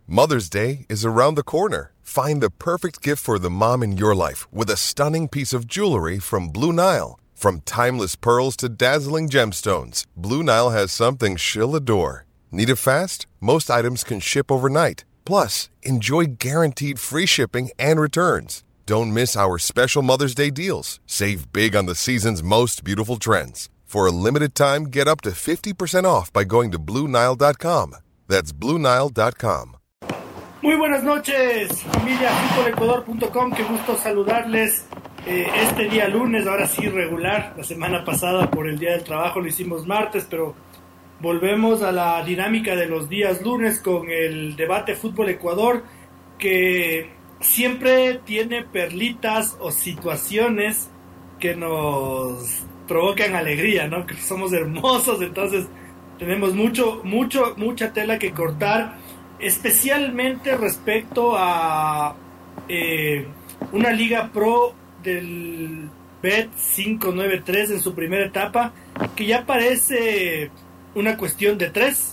Mother's Day is around the corner. Find the perfect gift for the mom in your life with a stunning piece of jewelry from Blue Nile. From timeless pearls to dazzling gemstones, Blue Nile has something she'll adore. Need it fast? Most items can ship overnight. Plus, enjoy guaranteed free shipping and returns. Don't miss our special Mother's Day deals. Save big on the season's most beautiful trends. For a limited time, get up to 50% off by going to BlueNile.com. That's BlueNile.com. Muy buenas noches, familia futbolecuador.com. Qué gusto saludarles este día lunes, ahora sí regular. La semana pasada por el Día del Trabajo lo hicimos martes, pero volvemos a la dinámica de los días lunes con el debate Fútbol Ecuador, que siempre tiene perlitas o situaciones que nos provocan alegría, ¿no? Que somos hermosos, entonces tenemos mucha tela que cortar, especialmente respecto a una Liga Pro del Bet 593 en su primera etapa, que ya parece una cuestión de tres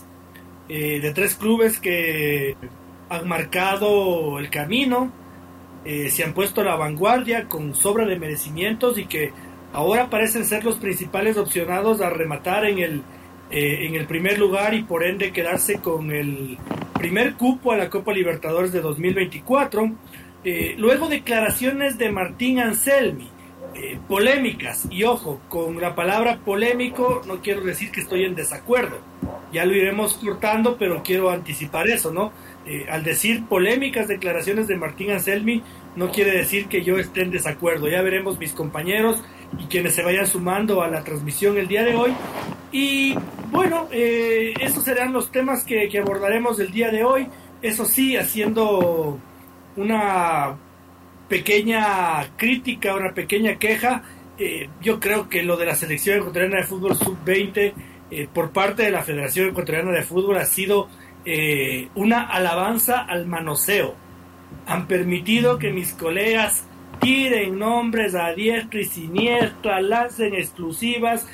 clubes que han marcado el camino, se han puesto a la vanguardia con sobra de merecimientos y que ahora parecen ser los principales opcionados a rematar en el primer lugar y por ende quedarse con el primer cupo a la Copa Libertadores de 2024. Luego declaraciones de Martín Anselmi, polémicas, y ojo, con la palabra polémico no quiero decir que estoy en desacuerdo, ya lo iremos cortando, pero quiero anticipar eso, ¿no? Al decir polémicas declaraciones de Martín Anselmi no quiere decir que yo esté en desacuerdo, ya veremos mis compañeros y quienes se vayan sumando a la transmisión el día de hoy. Y bueno, esos serán los temas que abordaremos el día de hoy, eso sí, haciendo una pequeña crítica, una pequeña queja. Yo creo que lo de la selección ecuatoriana de fútbol sub-20 por parte de la Federación Ecuatoriana de Fútbol ha sido una alabanza al manoseo. Han permitido que mis colegas tiren nombres a diestra y siniestra, lancen exclusivas,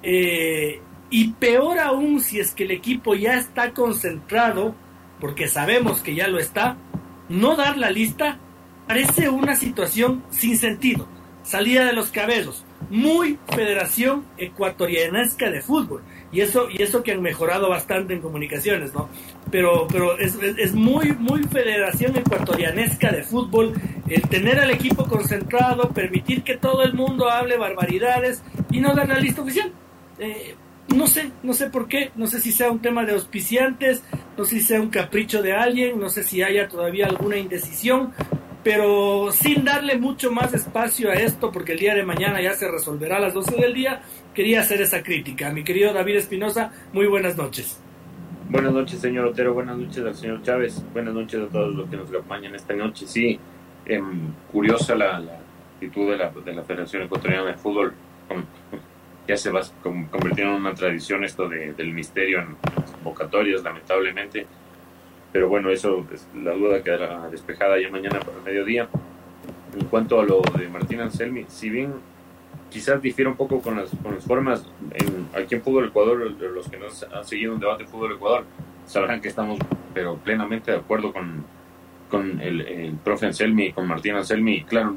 y peor aún si es que el equipo ya está concentrado, porque sabemos que ya lo está, no dar la lista parece una situación sin sentido, salida de los cabellos, muy Federación Ecuatorianesca de Fútbol, y eso que han mejorado bastante en comunicaciones, ¿no? Pero es muy Federación Ecuatorianesca de Fútbol el tener al equipo concentrado, permitir que todo el mundo hable barbaridades y no dar la lista oficial. No sé por qué, no sé si sea un tema de auspiciantes, no sé si sea un capricho de alguien, no sé si haya todavía alguna indecisión, pero sin darle mucho más espacio a esto, porque el día de mañana ya se resolverá a las 12 del día, quería hacer esa crítica. Mi querido David Espinosa, muy buenas noches. Buenas noches, señor Otero, buenas noches al señor Chávez, buenas noches a todos los que nos acompañan esta noche. Sí, curiosa la actitud de la Federación Ecuatoriana de Fútbol. Ya se va convirtiendo en una tradición esto del misterio en las convocatorias, lamentablemente. Pero bueno, eso la duda quedará despejada ya mañana por el mediodía. En cuanto a lo de Martín Anselmi, si bien quizás difiere un poco con las formas, aquí en Fútbol Ecuador, los que nos han seguido un debate de Fútbol Ecuador sabrán que estamos pero plenamente de acuerdo con el profe Anselmi y con Martín Anselmi. Claro,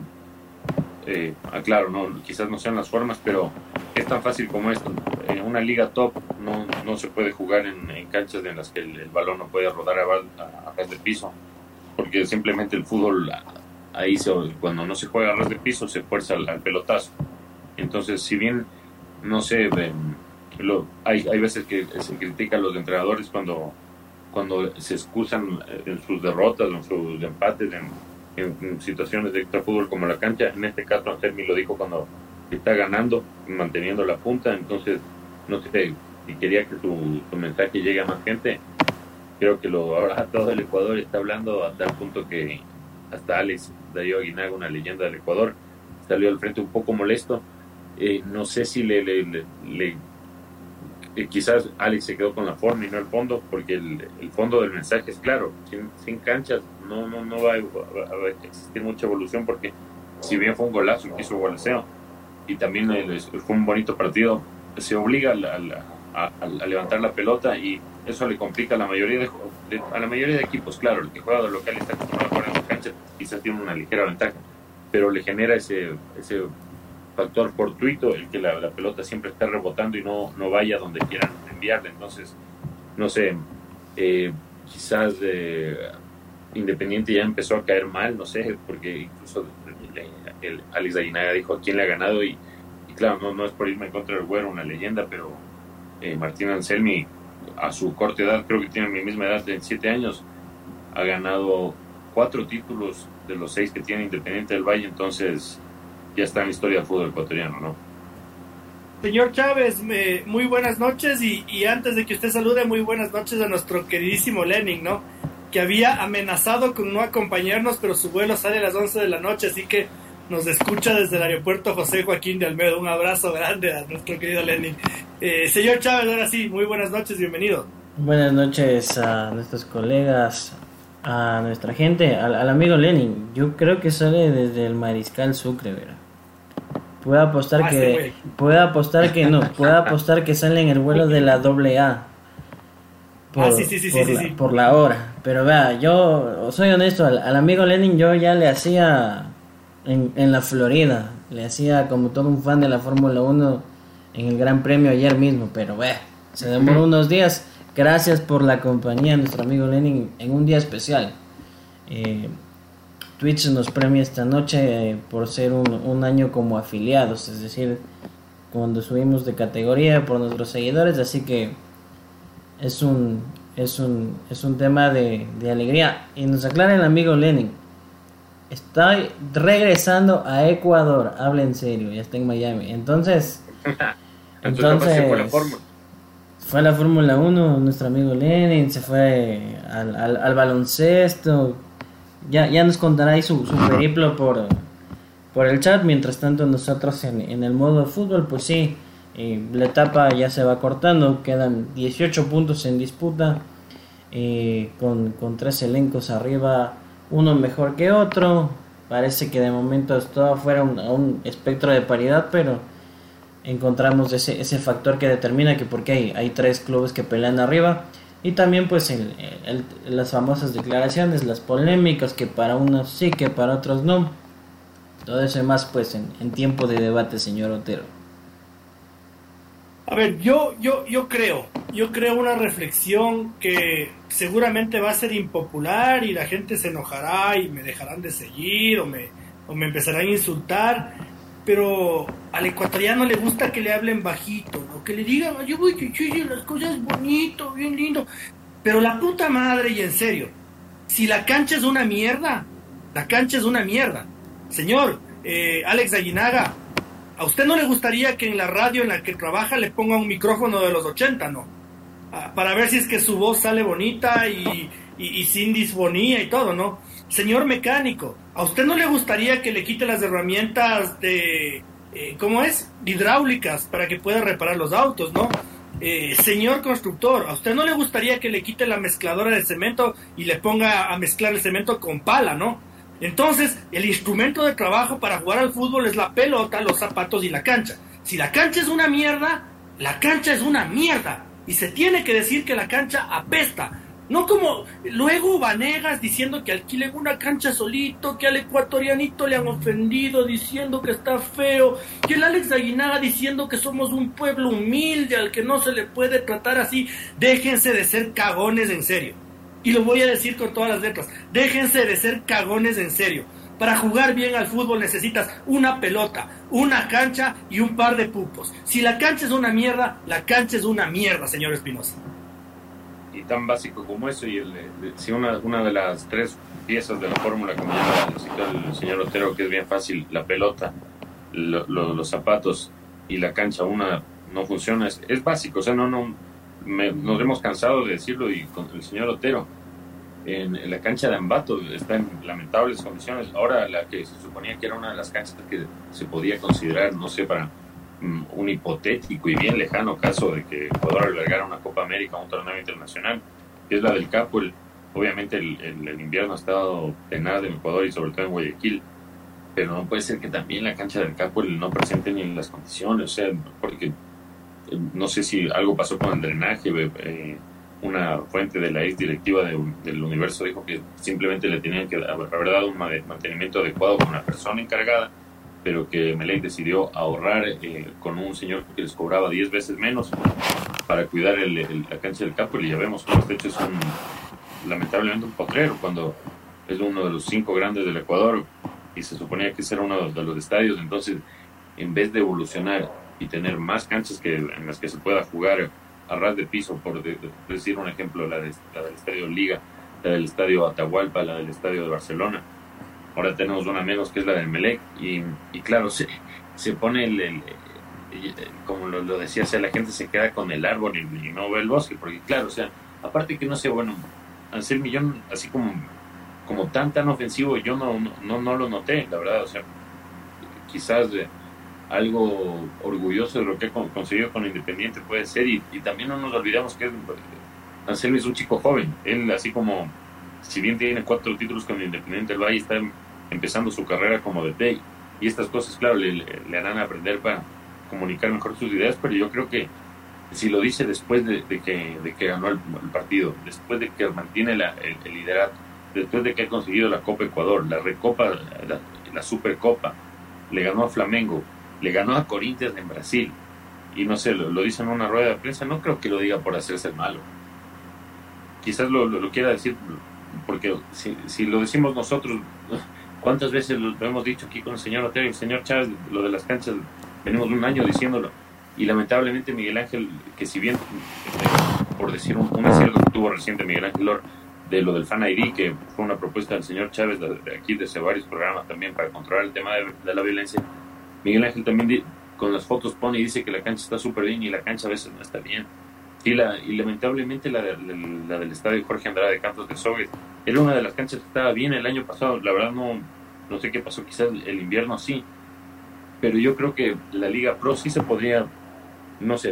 no, quizás no sean las formas, pero es tan fácil como esto. En una liga top no se puede jugar en canchas en las que el balón no puede rodar a ras de piso, porque simplemente el fútbol ahí cuando no se juega a ras de piso se fuerza al pelotazo. Entonces, si bien no sé, hay veces que se critica a los entrenadores cuando se excusan en sus derrotas o en sus empates en situaciones de extrafútbol como la cancha. En este caso Anselmi lo dijo cuando está ganando, manteniendo la punta. Entonces no sé, si quería que tu mensaje llegue a más gente, creo que ahora todo el Ecuador está hablando, a tal punto que hasta Alex Darío Aguinaga, una leyenda del Ecuador, salió al frente un poco molesto. No sé si quizás Alex se quedó con la forma y no el fondo, porque el fondo del mensaje es claro: sin canchas no va a existir mucha evolución, porque si bien fue un golazo que hizo Gualaceo y también fue un bonito partido, se obliga a levantar la pelota, y eso le complica la mayoría de a la mayoría de equipos, claro, el que juega de local y está acostumbrado a jugar en su cancha, quizás tiene una ligera ventaja, pero le genera ese factor fortuito, el que la pelota siempre está rebotando y no vaya donde quieran enviarla. Entonces, no sé, quizás Independiente ya empezó a caer mal, no sé, porque incluso el Alex Aguinaga dijo a quién le ha ganado y claro, no es por irme en contra del Güero, una leyenda, pero Martín Anselmi, a su corta edad, creo que tiene mi misma edad, de 7 años, ha ganado 4 títulos de los 6 que tiene Independiente del Valle, entonces ya está en la historia del fútbol ecuatoriano, ¿no? Señor Chávez, muy buenas noches y antes de que usted salude, muy buenas noches a nuestro queridísimo Lenin, ¿no? Que había amenazado con no acompañarnos, pero su vuelo sale a las 11 de la noche, así que nos escucha desde el aeropuerto José Joaquín de Almeida. Un abrazo grande a nuestro querido Lenin. Señor Chávez, ahora sí, muy buenas noches, bienvenido. Buenas noches a nuestros colegas, a nuestra gente, al amigo Lenin. Yo creo que sale desde el Mariscal Sucre, ¿verdad? Puedo apostar que sale en el vuelo de la AA. Por la hora. Pero vea, yo soy honesto, al amigo Lenin yo ya le hacía en la Florida, le hacía como todo un fan de la Fórmula 1 en el Gran Premio ayer mismo, pero se demoró unos días. Gracias por la compañía, nuestro amigo Lenin, en un día especial. Twitch nos premia esta noche por ser un año como afiliados, es decir, cuando subimos de categoría por nuestros seguidores, así que es un tema de alegría. Y nos aclara el amigo Lenin, estoy regresando a Ecuador, habla en serio, ya está en Miami. Entonces fue a la Fórmula 1 nuestro amigo Lenin, se fue al baloncesto. Ya nos contará ahí su periplo por el chat. Mientras tanto nosotros en el modo de fútbol, pues sí, la etapa ya se va cortando, quedan 18 puntos en disputa, con 3 elencos arriba, uno mejor que otro. Parece que de momento todo fuera un espectro de paridad, pero encontramos ese factor que determina que porque hay 3 clubes que pelean arriba. Y también pues las famosas declaraciones, las polémicas, que para unos sí, que para otros no. Todo eso y más pues en tiempo de debate, señor Otero. A ver, yo creo una reflexión que seguramente va a ser impopular y la gente se enojará y me dejarán de seguir o me empezarán a insultar, pero al ecuatoriano le gusta que le hablen bajito, ¿no? Que le digan, yo voy a decir las cosas bonito, bien lindo, pero la puta madre, y en serio, si la cancha es una mierda, la cancha es una mierda. Señor Alex Aguinaga, ¿a usted no le gustaría que en la radio en la que trabaja le ponga un micrófono de los 80, no? Para ver si es que su voz sale bonita y sin disfonía y todo, ¿no? Señor mecánico, ¿a usted no le gustaría que le quite las herramientas de, hidráulicas para que pueda reparar los autos, ¿no? Señor constructor, ¿a usted no le gustaría que le quite la mezcladora de cemento y le ponga a mezclar el cemento con pala, ¿no? Entonces, el instrumento de trabajo para jugar al fútbol es la pelota, los zapatos y la cancha. Si la cancha es una mierda, la cancha es una mierda. Y se tiene que decir que la cancha apesta. No como luego Vanegas diciendo que alquilen una cancha solito, que al ecuatorianito le han ofendido diciendo que está feo, que el Alex Aguinaga diciendo que somos un pueblo humilde al que no se le puede tratar así. Déjense de ser cagones en serio. Y lo voy a decir con todas las letras. Déjense de ser cagones en serio. Para jugar bien al fútbol necesitas una pelota, una cancha y un par de pupos. Si la cancha es una mierda, la cancha es una mierda, señor Espinosa. Y tan básico como eso, y si una de las 3 piezas de la fórmula, como ya lo citó el señor Otero, que es bien fácil, la pelota, los zapatos y la cancha, una no funciona, es básico, o sea, nos hemos cansado de decirlo, y con el señor Otero, en la cancha de Ambato está en lamentables condiciones. Ahora la que se suponía que era una de las canchas que se podía considerar, no sé, para un hipotético y bien lejano caso de que Ecuador albergara una Copa América o un torneo internacional, que es la del Capo. Obviamente el invierno ha estado penado en Ecuador y sobre todo en Guayaquil, pero no puede ser que también la cancha del Capo no presente ni las condiciones, o sea, porque no sé si algo pasó con el drenaje, una fuente de la ex directiva del Universo dijo que simplemente le tenían que haber dado un mantenimiento adecuado con la persona encargada, pero que Emelec decidió ahorrar con un señor que les cobraba 10 veces menos para cuidar la cancha del campo. Y ya vemos cómo este hecho es lamentablemente un potrero, cuando es uno de los 5 grandes del Ecuador y se suponía que ese era uno de los estadios. Entonces, en vez de evolucionar y tener más canchas en las que se pueda jugar a ras de piso, por decir un ejemplo, la del Estadio Liga, la del Estadio Atahualpa, la del Estadio de Barcelona, ahora tenemos una menos que es la del Emelec, y claro, se pone como lo decía, o sea, la gente se queda con el árbol y no ve el bosque, porque claro, o sea, aparte que no sé, bueno, Anselmi Millón, así como tan ofensivo, yo no lo noté, la verdad, o sea, quizás algo orgulloso de lo que ha conseguido con Independiente puede ser, y también no nos olvidemos que Anselmi es un chico joven. Él, así como, si bien tiene 4 títulos con Independiente del Valle, está empezando su carrera como DT, y estas cosas, claro, le harán aprender para comunicar mejor sus ideas, pero yo creo que si lo dice después de que ganó el partido, después de que mantiene el liderato, después de que ha conseguido la Copa Ecuador, la Recopa, la Supercopa, le ganó a Flamengo, le ganó a Corinthians en Brasil, y no sé, lo dice en una rueda de prensa, no creo que lo diga por hacerse el malo. Quizás lo quiera decir porque si lo decimos nosotros, ¿cuántas veces lo hemos dicho aquí con el señor Otero y el señor Chávez? Lo de las canchas, venimos un año diciéndolo, y lamentablemente Miguel Ángel, que si bien, por decir un acierto que tuvo reciente Miguel Ángel Lor, de lo del Fan ID, que fue una propuesta del señor Chávez de aquí, desde varios programas también, para controlar el tema de la violencia, Miguel Ángel también con las fotos pone y dice que la cancha está súper bien, y la cancha a veces no está bien. Y lamentablemente la del estadio Jorge Andrade de Campos de Sogues era una de las canchas que estaba bien el año pasado. La verdad no sé qué pasó, quizás el invierno sí, pero yo creo que la Liga Pro sí se podría, no sé,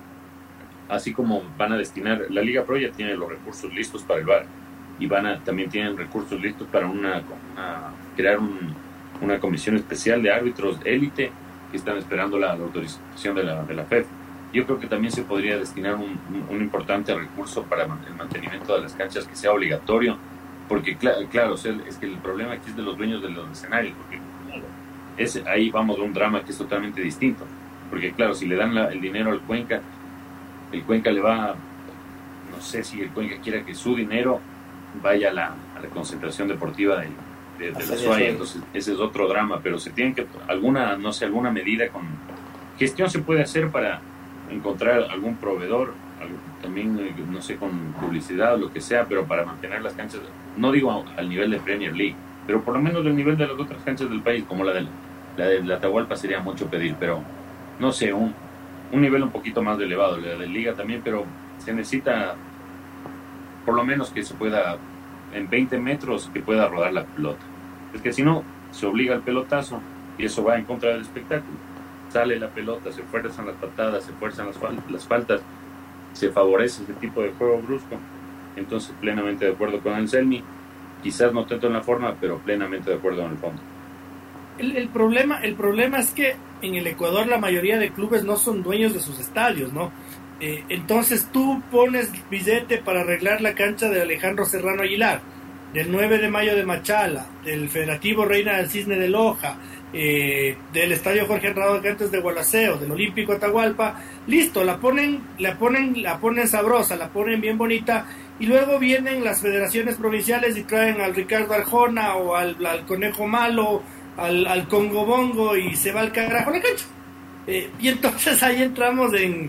así como van a destinar, la Liga Pro ya tiene los recursos listos para el VAR, y también tienen recursos listos para crear una comisión especial de árbitros élite que están esperando la autorización de la FEF. Yo creo que también se podría destinar un importante recurso para el mantenimiento de las canchas, que sea obligatorio, porque claro, o sea, es que el problema aquí es de los dueños de los escenarios, porque ahí vamos a un drama que es totalmente distinto, porque claro, si le dan el dinero al Cuenca, el Cuenca le va, no sé si el Cuenca quiera que su dinero vaya a la concentración deportiva de la SUAY, entonces ese es otro drama, pero se tiene que, alguna medida con gestión se puede hacer para encontrar algún proveedor, también, no sé, con publicidad o lo que sea, pero para mantener las canchas, no digo al nivel de Premier League, pero por lo menos del nivel de las otras canchas del país, como la de Atahualpa sería mucho pedir, pero no sé, un nivel un poquito más elevado, la de Liga también, pero se necesita por lo menos que se pueda, en 20 metros, que pueda rodar la pelota. Es que si no, se obliga al pelotazo y eso va en contra del espectáculo. Sale la pelota, se fuerzan las patadas, se fuerzan las faltas, se favorece ese tipo de juego brusco. Entonces, plenamente de acuerdo con Anselmi, quizás no tanto en la forma, pero plenamente de acuerdo en el fondo. El problema es que en el Ecuador la mayoría de clubes no son dueños de sus estadios, ¿no? Entonces tú pones billete para arreglar la cancha de Alejandro Serrano Aguilar, del 9 de mayo de Machala, del Federativo Reina del Cisne de Loja, del Estadio Jorge Andrade Cantos de Gualaceo, del Olímpico Atahualpa, listo, la ponen sabrosa, la ponen bien bonita, y luego vienen las federaciones provinciales y traen al Ricardo Arjona o al Conejo Malo, al Congo Bongo, y se va al carajo la cancha. Y entonces ahí entramos en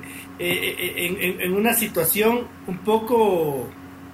una situación un poco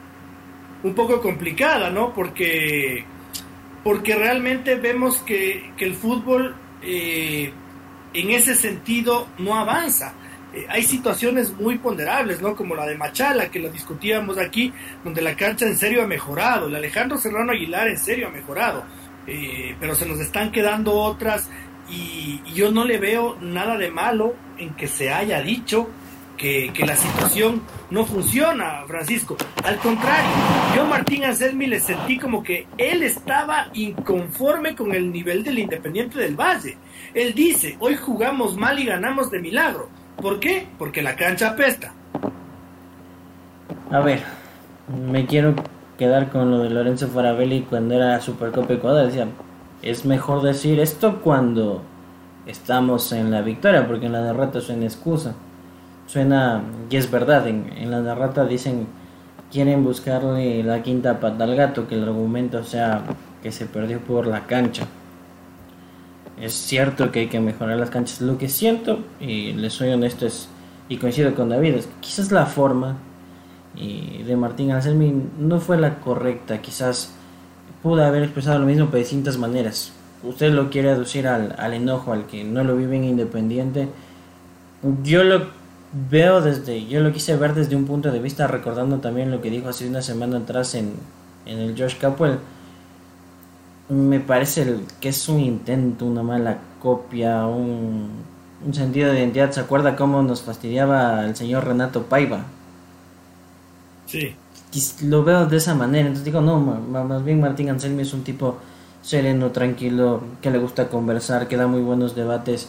complicada, ¿no? Porque realmente vemos que el fútbol en ese sentido no avanza. Hay situaciones muy ponderables, ¿no? Como la de Machala, que lo discutíamos aquí, donde la cancha en serio ha mejorado, el Alejandro Serrano Aguilar en serio ha mejorado, pero se nos están quedando otras, y yo no le veo nada de malo en que se haya dicho que la situación no funciona, Francisco. Al contrario, yo Martín Anselmi le sentí como que él estaba inconforme con el nivel del Independiente del Valle. Él dice, hoy jugamos mal y ganamos de milagro. ¿Por qué? Porque la cancha apesta. A ver, me quiero quedar con lo de Lorenzo Farabelli cuando era Supercopa Ecuador. Decía, es mejor decir esto cuando estamos en la victoria, porque en la derrota suena excusa. Suena, y es verdad, en la derrota dicen, quieren buscarle la quinta pata al gato, que el argumento sea que se perdió por la cancha. Es cierto que hay que mejorar las canchas. Lo que siento, y les soy honesto, y coincido con David, es que quizás la forma de Martín Anselmi no fue la correcta. Quizás pudo haber expresado lo mismo pero de distintas maneras. Usted lo quiere aducir al enojo, al que no lo vive en Independiente. Yo lo quise ver desde un punto de vista, recordando también lo que dijo hace una semana atrás en el Josh Capwell. Me parece que es un intento, una mala copia, un sentido de identidad. ¿Se acuerda cómo nos fastidiaba el señor Renato Paiva? Sí. Lo veo de esa manera, entonces digo, no, más bien Martín Anselmi es un tipo sereno, tranquilo, que le gusta conversar, que da muy buenos debates,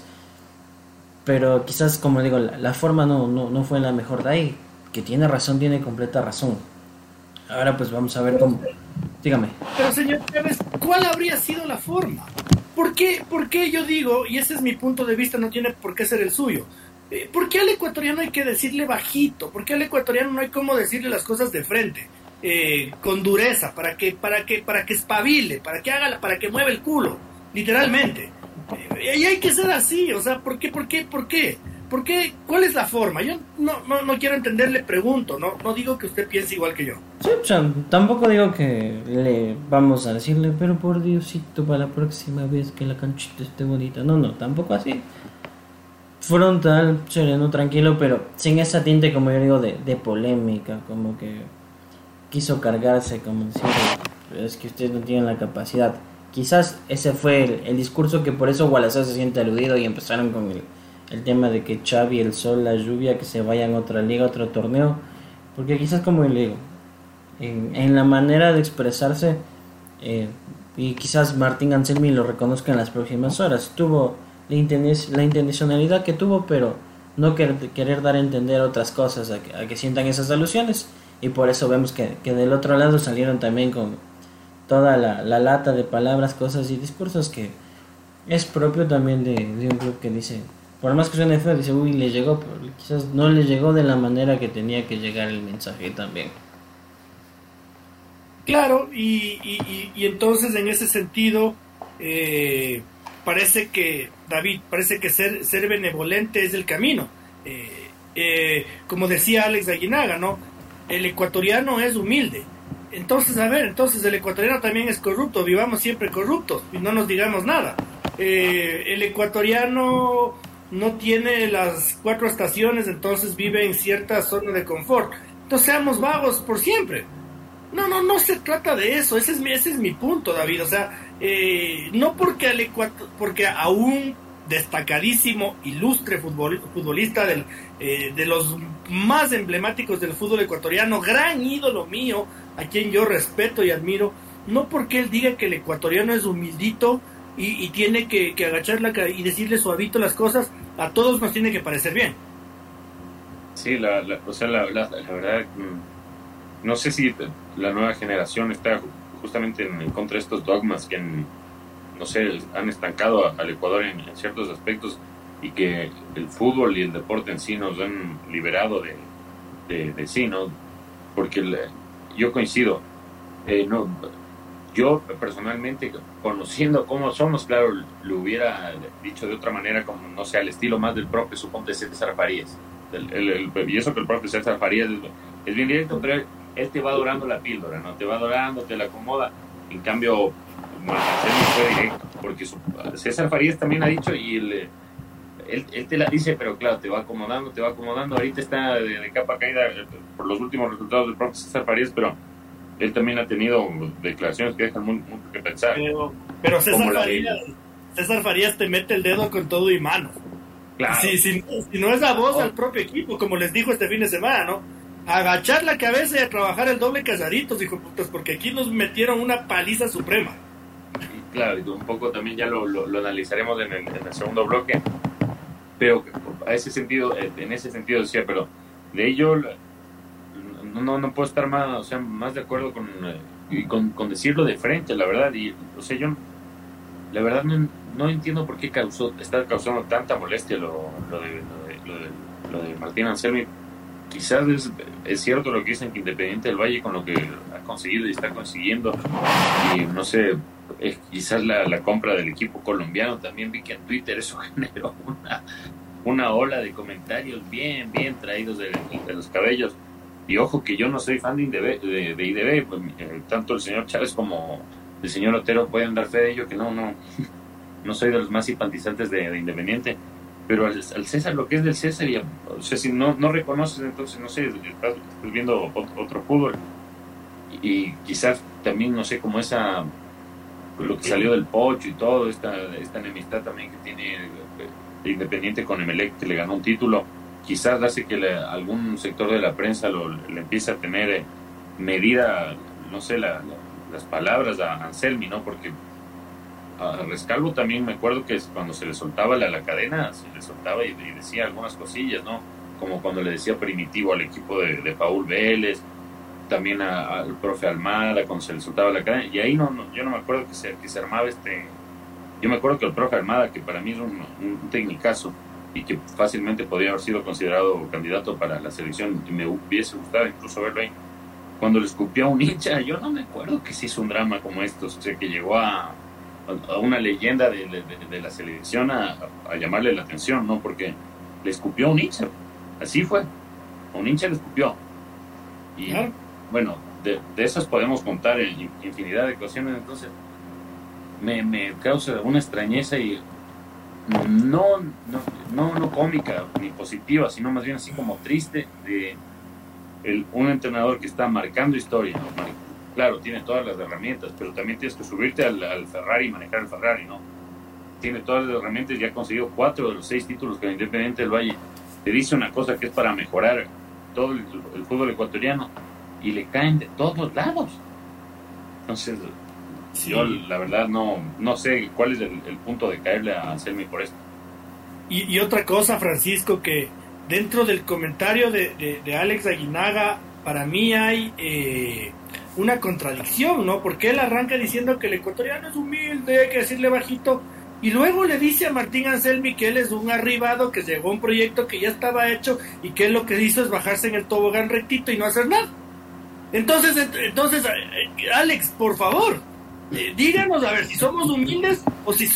pero quizás, como digo, la forma no fue la mejor. De ahí, que tiene razón, tiene completa razón. Ahora pues vamos a ver cómo. Dígame. Pero señor Chávez, ¿cuál habría sido la forma? ¿Por qué yo digo, y ese es mi punto de vista, no tiene por qué ser el suyo? ¿Por qué al ecuatoriano hay que decirle bajito? ¿Por qué al ecuatoriano no hay cómo decirle las cosas de frente? Con dureza, para que espabile, para que mueva el culo, literalmente. Y hay que ser así, o sea, ¿por qué? ¿Cuál es la forma? Yo no quiero entender, le pregunto, no digo que usted piense igual que yo. Sí, o sea, tampoco digo que le vamos a decirle, pero por Diosito, para la próxima vez que la canchita esté bonita. No, tampoco así. Frontal, sereno, tranquilo, pero sin esa tinte, como yo digo, de polémica, como que quiso cargarse, como decir, es que ustedes no tienen la capacidad. Quizás ese fue el discurso que por eso Gualazar se siente aludido y empezaron con el tema de que Xavi, el sol, la lluvia, que se vayan a otra liga, a otro torneo, porque quizás, como le digo, en la manera de expresarse, y quizás Martín Anselmi lo reconozca en las próximas horas, tuvo la intencionalidad que tuvo, pero no querer dar a entender otras cosas, a que sientan esas alusiones, y por eso vemos que del otro lado salieron también con toda la lata de palabras, cosas y discursos que es propio también de un club que dice, por más que suene feo, dice, uy, le llegó, pero quizás no le llegó de la manera que tenía que llegar el mensaje también. Claro, y entonces en ese sentido, parece que, David, ser benevolente es el camino. Como decía Alex Aguinaga, ¿no? El ecuatoriano es humilde. Entonces, el ecuatoriano también es corrupto, vivamos siempre corruptos y no nos digamos nada. El ecuatoriano no tiene las 4 estaciones, entonces vive en cierta zona de confort. Entonces seamos vagos por siempre. No se trata de eso, ese es mi punto, David. O sea, no porque a un destacadísimo, ilustre futbolista de los más emblemáticos del fútbol ecuatoriano, gran ídolo mío, a quien yo respeto y admiro, no porque él diga que el ecuatoriano es humildito y tiene que agachar la cabeza y decirle suavito las cosas, a todos nos tiene que parecer bien. Sí, la verdad, no sé si la nueva generación está justamente en contra de estos dogmas que, no sé, han estancado al Ecuador en ciertos aspectos, y que el fútbol y el deporte en sí nos han liberado de sí, ¿no? Porque yo coincido, yo personalmente, conociendo cómo somos, claro, lo hubiera dicho de otra manera, como, no sé, al estilo más del propio, suponte César Farías, y eso que el propio César Farías es bien directo, pero él te va dorando la píldora, ¿no? Te va dorando, te la acomoda. En cambio, Marcelo fue directo, porque César Farías también ha dicho, y él te la dice, pero claro, te va acomodando. Ahorita está de capa caída por los últimos resultados del propio César Farías, pero él también ha tenido declaraciones que dejan mucho que pensar. Pero César Farías te mete el dedo con todo y mano. Claro. Si no es la voz del propio equipo, como les dijo este fin de semana, ¿no? Agachar la cabeza y a trabajar el doble calladitos, hijo de putas, porque aquí nos metieron una paliza suprema. Y claro, y un poco también ya lo analizaremos en el segundo bloque, pero en ese sentido decía, pero de ello no puedo estar más, o sea, más de acuerdo con decirlo de frente, la verdad. Y, o sea, yo la verdad no entiendo por qué está causando tanta molestia lo de Martín Anselmi. Quizás es cierto lo que dicen, que Independiente del Valle, con lo que ha conseguido y está consiguiendo, y no sé, quizás la compra del equipo colombiano, también vi que en Twitter eso generó una ola de comentarios bien traídos de los cabellos. Y ojo que yo no soy fan de IDB, pues, tanto el señor Chávez como el señor Otero pueden dar fe de ello, que no soy de los más simpatizantes de Independiente. Pero al César, lo que es del César, o sea, si no reconoces, entonces, no sé, estás viendo otro fútbol. Y quizás también, no sé, como lo que salió del Pocho y todo, esta enemistad también que tiene Independiente con Emelec, que le ganó un título, quizás hace que algún sector de la prensa le empiece a tener medida, no sé, las palabras a Anselmi, ¿no? Porque a Rescalvo también me acuerdo que cuando se le soltaba la cadena, se le soltaba y decía algunas cosillas, ¿no? Como cuando le decía primitivo al equipo de Paul Vélez, también al profe Almada, cuando se le soltaba la cadena. Y ahí yo no me acuerdo que se armaba Yo me acuerdo que el profe Almada, que para mí es un tecnicazo y que fácilmente podría haber sido considerado candidato para la selección, y me hubiese gustado incluso verlo ahí, cuando le escupió a un hincha, yo no me acuerdo que se hizo un drama como estos, o sea, que llegó a una leyenda de la selección a llamarle la atención, ¿no? Porque le escupió a un hincha, así fue, a un hincha le escupió. Y bueno, de esas podemos contar en infinidad de ocasiones. Entonces me causa una extrañeza, y no cómica ni positiva, sino más bien así como triste, de un entrenador que está marcando historia, ¿no? Claro, tiene todas las herramientas, pero también tienes que subirte al Ferrari y manejar el Ferrari, ¿no? Tiene todas las herramientas y ha conseguido 4 de los 6 títulos con Independiente del Valle. Te dice una cosa que es para mejorar todo el fútbol ecuatoriano, y le caen de todos lados. Entonces, sí, yo la verdad no sé cuál es el punto de caerle a Anselmi por esto. Y otra cosa, Francisco, que dentro del comentario de Alex Aguinaga, para mí hay una contradicción, ¿no? Porque él arranca diciendo que el ecuatoriano es humilde, hay que decirle bajito, y luego le dice a Martín Anselmi que él es un arribado, que llegó a un proyecto que ya estaba hecho y que él lo que hizo es bajarse en el tobogán rectito y no hacer nada. Entonces, Alex, por favor, díganos a ver si somos humildes o si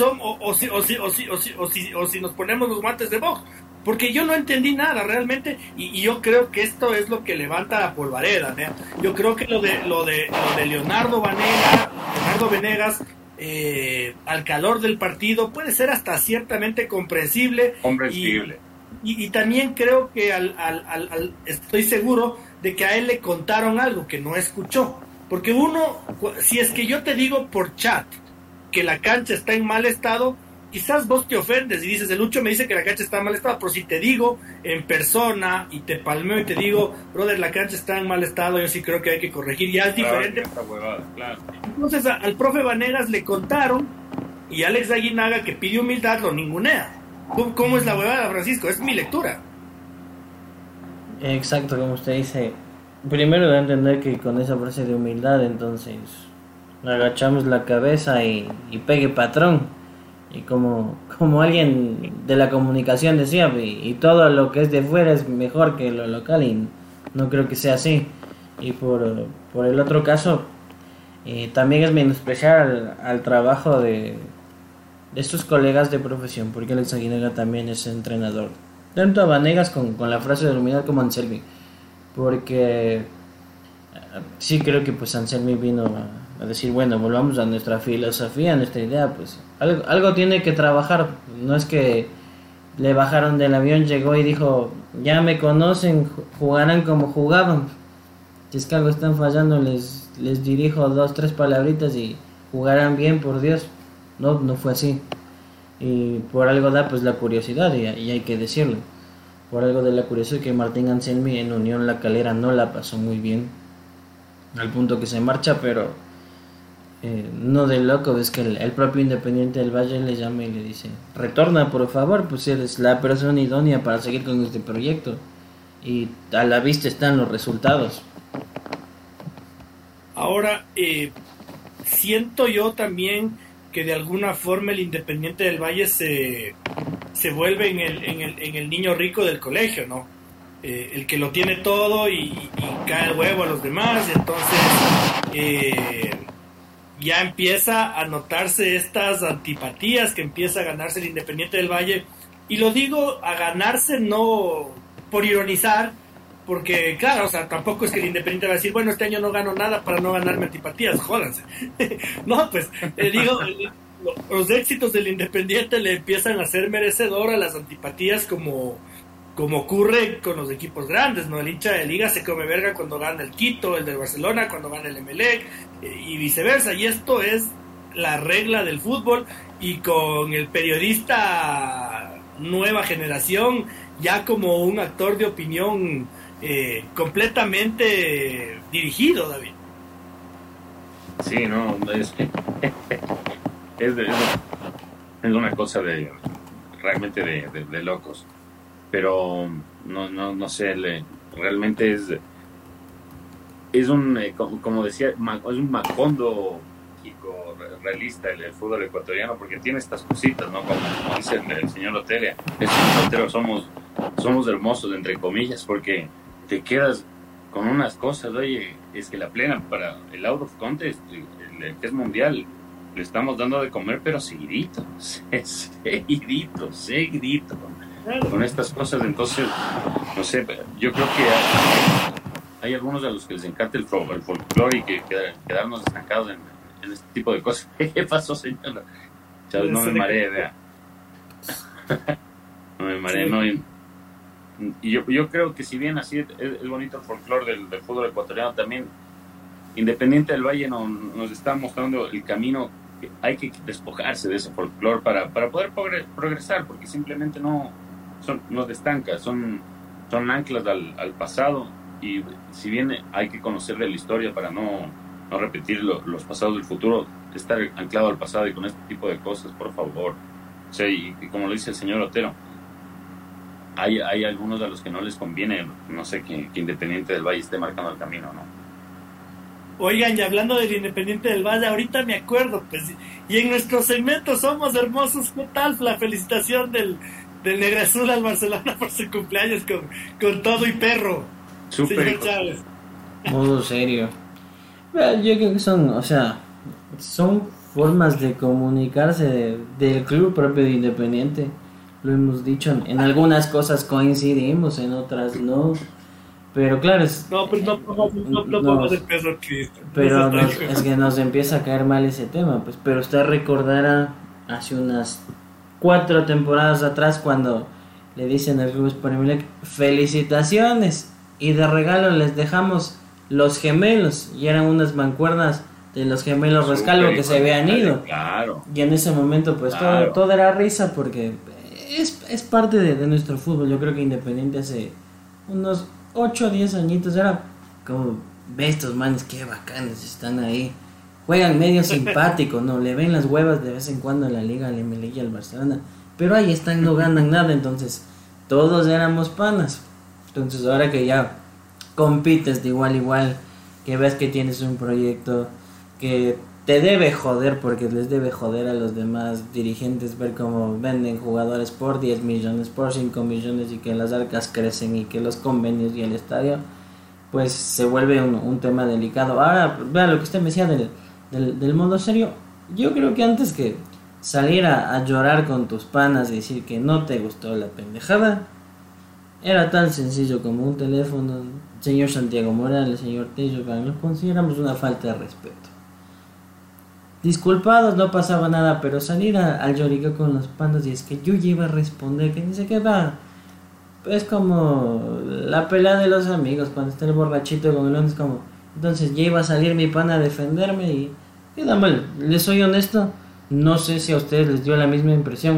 nos ponemos los guantes de box, porque yo no entendí nada realmente, y yo creo que esto es lo que levanta la polvareda, ¿no? Yo creo que lo de Leonardo Venegas al calor del partido puede ser hasta ciertamente comprensible. Y también creo que estoy seguro de que a él le contaron algo que no escuchó. Porque si es que yo te digo por chat que la cancha está en mal estado, quizás vos te ofendes y dices, el Lucho me dice que la cancha está en mal estado, pero si te digo en persona y te palmeo y te digo, brother, la cancha está en mal estado, yo sí creo que hay que corregir, ya es diferente. Claro. Entonces al profe Vanegas le contaron, y Alex Aguinaga, que pide humildad, lo ningunea. ¿Cómo es la huevada, Francisco? Es mi lectura. Exacto, como usted dice. Primero da a entender que con esa frase de humildad, entonces agachamos la cabeza y pegue patrón. Y como alguien de la comunicación decía, y todo lo que es de fuera es mejor que lo local, y no creo que sea así. Y por el otro caso, también es menospreciar al trabajo de estos colegas de profesión, porque Alex Aguinaga también es entrenador. Tanto a Vanegas con la frase de humildad como a Anselmi, porque sí creo que pues Anselmi vino a decir, bueno, volvamos a nuestra filosofía, a nuestra idea, pues algo tiene que trabajar. No es que le bajaron del avión, llegó y dijo, ya me conocen, jugarán como jugaban. Si es que algo están fallando, les dirijo 2-3 palabritas y jugarán bien, por Dios. No fue así. Y por algo da pues la curiosidad, y hay que decirlo. Por algo de la curiosidad que Martín Anselmi en Unión La Calera no la pasó muy bien, al punto que se marcha, pero no de loco. Ves que el propio Independiente del Valle le llama y le dice, retorna por favor, pues eres la persona idónea para seguir con este proyecto, y a la vista están los resultados. Ahora, siento yo también que de alguna forma el Independiente del Valle se vuelve en el niño rico del colegio, ¿no? El que lo tiene todo y cae el huevo a los demás, entonces ya empieza a notarse estas antipatías que empieza a ganarse el Independiente del Valle, y lo digo a ganarse no por ironizar, porque claro, o sea, tampoco es que el Independiente va a decir, bueno, este año no gano nada para no ganarme antipatías, jódanse. No, pues, digo, los éxitos del Independiente le empiezan a ser merecedor a las antipatías como ocurre con los equipos grandes, ¿no? El hincha de Liga se come verga cuando gana el Quito, el del Barcelona cuando gana el Emelec, y viceversa, y esto es la regla del fútbol, y con el periodista nueva generación ya como un actor de opinión completamente dirigido, David. Sí, no, es una cosa realmente de locos, pero no sé, realmente es un, como decía, es un Macondo realista el fútbol ecuatoriano, porque tiene estas cositas, ¿no? Como dice el señor Otero, somos hermosos, entre comillas, porque te quedas con unas cosas. Oye, es que la plena para el out of contest, el que es mundial, le estamos dando de comer, pero seguidito con estas cosas. Entonces, no sé, yo creo que hay algunos a los que les encanta el folclore y que quedarnos estancados en este tipo de cosas. ¿Qué pasó, señora? Chávez, no me maree, vea. No me maree, no. Y yo creo que si bien así es bonito el folclore del fútbol ecuatoriano, también Independiente del Valle nos está mostrando el camino que hay que despojarse de ese folclore para poder progresar, porque simplemente nos estanca, son anclas al pasado, y si bien hay que conocer de la historia para no repetir los pasados del futuro, estar anclado al pasado y con este tipo de cosas, por favor. O sea, y como lo dice el señor Otero, hay algunos a los que no les conviene, no sé, que Independiente del Valle esté marcando el camino, ¿no? Oigan, y hablando del Independiente del Valle, ahorita me acuerdo, pues, y en nuestro segmento Somos Hermosos, ¿qué tal la felicitación del Negrazul al Barcelona por su cumpleaños con todo y perro? Súper. Señor Chávez. Modo serio. Bueno, yo creo que son formas de comunicarse del club propio de Independiente. Lo hemos dicho, en algunas cosas coincidimos, en otras no. Pero claro, no podemos el peso que... Pero es que nos empieza a caer mal ese tema, pues. Pero usted recordará hace unas 4 temporadas atrás, cuando le dicen al Club Sport Emelec, felicitaciones, y de regalo les dejamos los gemelos, y eran unas mancuernas de los gemelos Rescalvo que se habían ido. Claro. Y en ese momento pues claro, todo era risa, porque es parte de nuestro fútbol. Yo creo que Independiente hace unos 8 o 10 añitos era como, ve estos manes, qué bacanes están ahí, juegan medio simpático, no le ven las huevas de vez en cuando en la liga, al Emelec y al Barcelona, pero ahí están, no ganan nada. Entonces todos éramos panas. Entonces ahora que ya compites de igual a igual, que ves que tienes un proyecto que te debe joder, porque les debe joder a los demás dirigentes ver cómo venden jugadores por 10 millones, por 5 millones, y que las arcas crecen y que los convenios y el estadio, pues se vuelve un tema delicado. Ahora, vea lo que usted me decía del modo serio. Yo creo que antes que salir a llorar con tus panas y decir que no te gustó la pendejada, era tan sencillo como un teléfono, señor Santiago Morales, señor Tello, lo consideramos una falta de respeto. Disculpados, no pasaba nada, pero salir al lloriqueo con los panas y es que yo ya iba a responder, que dice que va. Es como la pelea de los amigos, cuando está el borrachito con el otro, es como, entonces ya iba a salir mi pana a defenderme y queda mal. Les soy honesto, no sé si a ustedes les dio la misma impresión.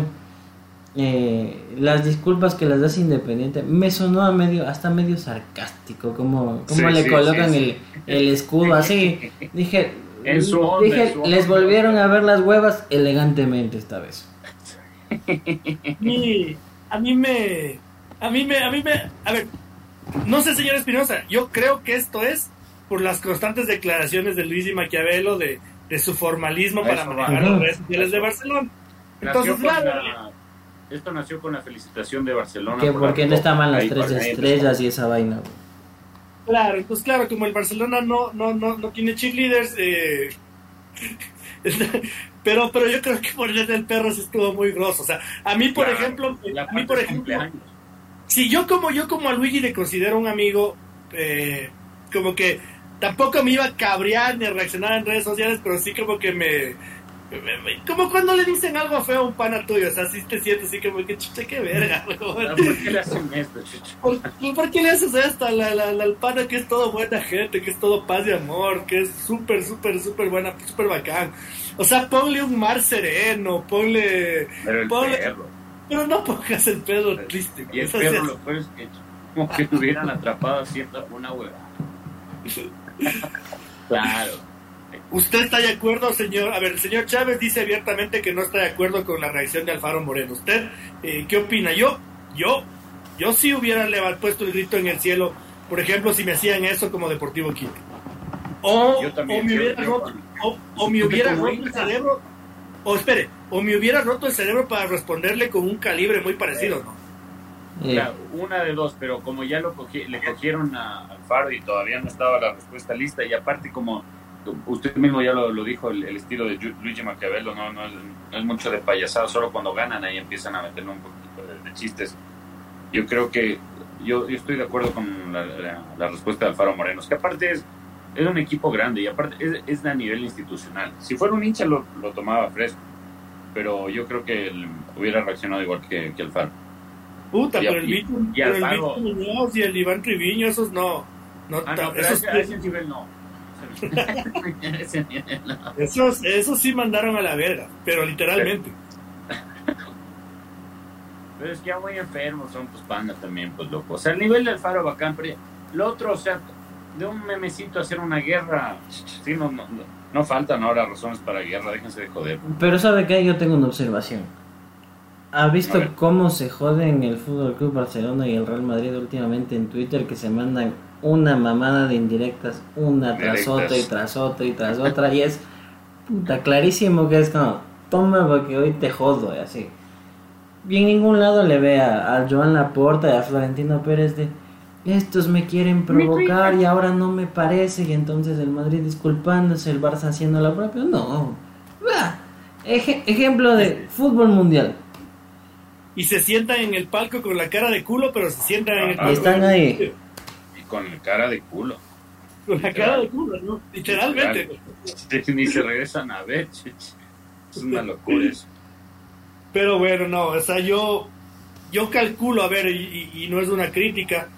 Las disculpas que las das Independiente me sonó hasta medio sarcástico, como le colocan el escudo así. Dije, les volvieron a ver las huevas elegantemente esta vez. A ver, no sé, señor Espinosa, yo creo que esto es por las constantes declaraciones de Luigi Maquiavelo de su formalismo para manejar va. las redes sociales de Barcelona. Entonces, esto nació con la felicitación de Barcelona. Que porque no estaban las 3 estrellas y esa vaina. Claro, entonces claro, como el Barcelona no tiene cheerleaders, pero yo creo que por el perro sí estuvo muy grosso. O sea, a mí por ejemplo, si yo como a Luigi le considero un amigo, como que tampoco me iba a cabrear ni a reaccionar en redes sociales, pero sí como que como cuando le dicen algo feo a un pana tuyo, o sea, sí te sientes así como que chucha, qué verga, ¿por qué le hacen esto, chucha? ¿Por qué le haces esto al pana que es todo buena gente, que es todo paz y amor, que es súper buena, súper bacán? O sea, ponle un mar sereno, ponle... Pero no pongas el pedo triste. Y el perro lo peor es que como que tuvieran atrapado haciendo una hueva. Claro. ¿Usted está de acuerdo, señor? A ver, el señor Chávez dice abiertamente que no está de acuerdo con la reacción de Alfaro Moreno. ¿Usted qué opina? Yo sí hubiera puesto el grito en el cielo, por ejemplo, si me hacían eso como Deportivo Quito. O me hubiera roto el cerebro, o me hubiera roto el cerebro para responderle con un calibre muy parecido, ¿no? Claro, una de dos, pero como ya le cogieron a Alfaro y todavía no estaba la respuesta lista, y aparte como usted mismo ya lo dijo, el estilo de Luigi Maquiavelo no es mucho de payasado, solo cuando ganan ahí empiezan a meterle un poquito de chistes. Yo creo que yo estoy de acuerdo con la respuesta de Alfaro Moreno, que aparte es un equipo grande y aparte es a nivel institucional. Si fuera un hincha lo tomaba fresco, pero yo creo que él hubiera reaccionado igual que Alfaro. Pero el Vito Muñoz y el Iván Triviño, esos no. A ese nivel no. Esos sí mandaron a la verga, pero literalmente. Pero es que ya muy enfermos son tus pandas también, pues loco. O sea, el nivel del Alfaro bacán, pero lo otro, o sea, de un memecito a hacer una guerra, sí, no faltan ahora razones para guerra, déjense de joder. Pero ¿sabe qué? Yo tengo una observación. ¿Ha visto cómo se joden el Fútbol Club Barcelona y el Real Madrid últimamente en Twitter, que se mandan una mamada de indirectas, una tras otra y tras otra y tras otra, y es puta clarísimo que es como, toma porque hoy te jodo, y así? Y en ningún lado le ve a Joan Laporta y a Florentino Pérez de estos me quieren provocar y ahora no me parece, y entonces el Madrid disculpándose, el Barça haciendo la propia. No, ejemplo de fútbol mundial. Y se sientan en el palco con la cara de culo, pero se sientan en el palco. Y están ahí. Con la cara de culo. Con la cara de culo, ¿no? Literalmente. Ni se regresan a ver. Es una locura eso. Pero bueno, no, o sea, yo calculo, a ver, y no es una crítica,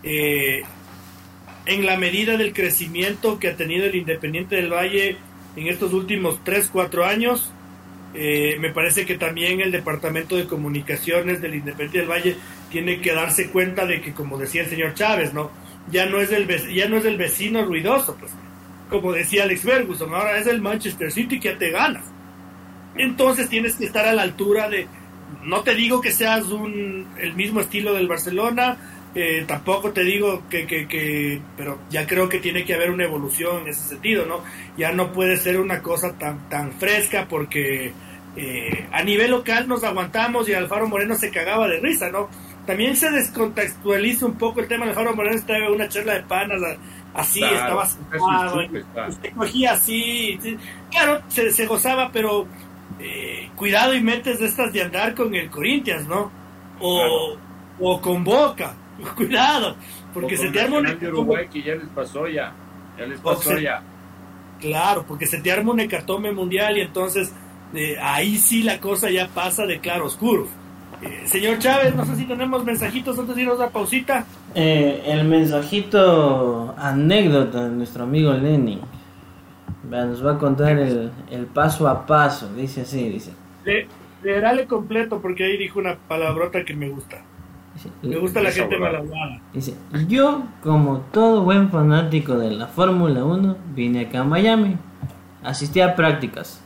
en la medida del crecimiento que ha tenido el Independiente del Valle en estos últimos 3-4 años, me parece que también el Departamento de Comunicaciones del Independiente del Valle tiene que darse cuenta de que, como decía el señor Chávez, ¿no? Ya no es el vecino ruidoso, pues, como decía Alex Ferguson, ahora es el Manchester City que te ganas. Entonces tienes que estar a la altura de, no te digo que seas el mismo estilo del Barcelona, tampoco te digo que pero ya creo que tiene que haber una evolución en ese sentido, ¿no? Ya no puede ser una cosa tan fresca, porque a nivel local nos aguantamos y Alfaro Moreno se cagaba de risa, ¿no? También se descontextualiza un poco el tema de Alfaro Moreno. Estaba en una charla de panas así, claro, estaba sentado, se cogía así, sí. Claro, se gozaba, pero cuidado y metes de estas de andar con el Corinthians, ¿no? O con Boca, cuidado, porque se te arma un Uruguay que ya les pasó ya. Claro, porque se te arma un hecatombe mundial y entonces ahí sí la cosa ya pasa de claro oscuro. Señor Chávez, no sé si tenemos mensajitos antes de irnos a la pausita. El mensajito anécdota de nuestro amigo Lenin. Nos va a contar el paso a paso. Dice así, dice. Leerale completo porque ahí dijo una palabrota que me gusta. Me gusta la gente mal hablada. Dice, yo, como todo buen fanático de la Fórmula 1, vine acá a Miami. Asistí a prácticas.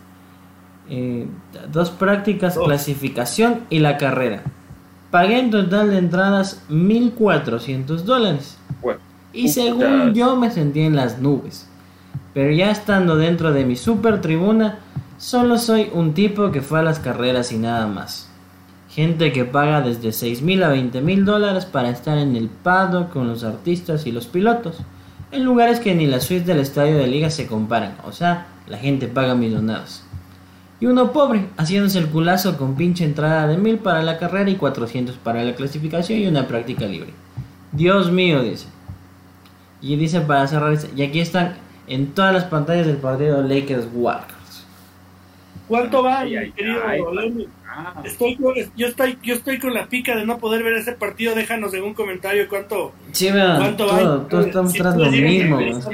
2 prácticas, clasificación y la carrera. Pagué en total de entradas $1,400. Bueno. Y según yo me sentí en las nubes. Pero ya estando dentro de mi super tribuna, solo soy un tipo que fue a las carreras y nada más. Gente que paga desde $6,000 a $20,000 para estar en el paddock con los artistas y los pilotos, en lugares que ni la suite del estadio de liga se comparan. O sea, la gente paga millonadas. Y uno pobre, haciéndose el culazo con pinche entrada de 1,000 para la carrera y 400 para la clasificación y una práctica libre. Dios mío, dice. Y dice para cerrar, y aquí están en todas las pantallas del partido Lakers Warriors. ¿Cuánto va, querido Lenny? Yo estoy con la pica de no poder ver ese partido. Déjanos en un comentario cuánto va. Todos estamos tras lo mismo.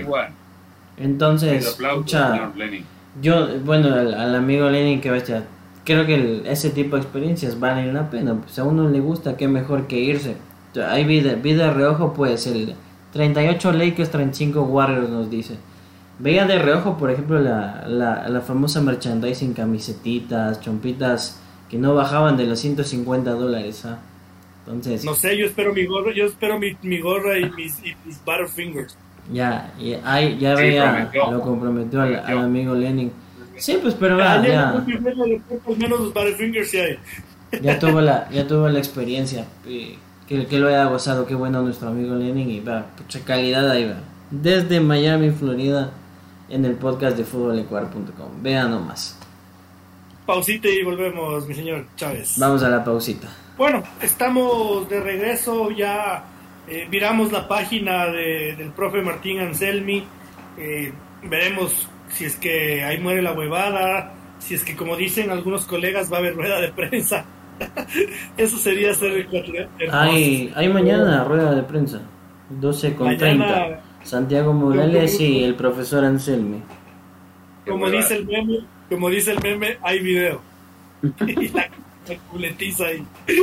Entonces, escucha, yo, bueno, al amigo Lenin, que bestia, creo que ese tipo de experiencias valen la pena. Pues a uno le gusta, qué mejor que irse. Hay vida de reojo, pues el 38 Lakers, 35 Warriors nos dice. Veía de reojo, por ejemplo, la famosa merchandising, camisetitas, chompitas que no bajaban de los $150, ¿ah? Entonces, no sé, yo espero mi gorra y mis Butterfingers. Ya veía, lo comprometió al amigo Lenin. Sí, pues, pero ya al menos los Butterfingers sí hay. Ya tuvo la experiencia, que lo haya gozado. Qué bueno nuestro amigo Lenin, y va, mucha calidad ahí va. Desde Miami, Florida, en el podcast de futbolecuador.com. Vean nomás. Pausita y volvemos, mi señor Chávez. Vamos a la pausita. Bueno, estamos de regreso, ya miramos la página del profe Martín Anselmi, veremos si es que ahí muere la huevada, si es que, como dicen algunos colegas, va a haber rueda de prensa. Eso sería ser el hay mañana rueda de prensa 12:30. Santiago Morales y el profesor Anselmi. Como dice el meme, hay video. Y la culetiza ahí.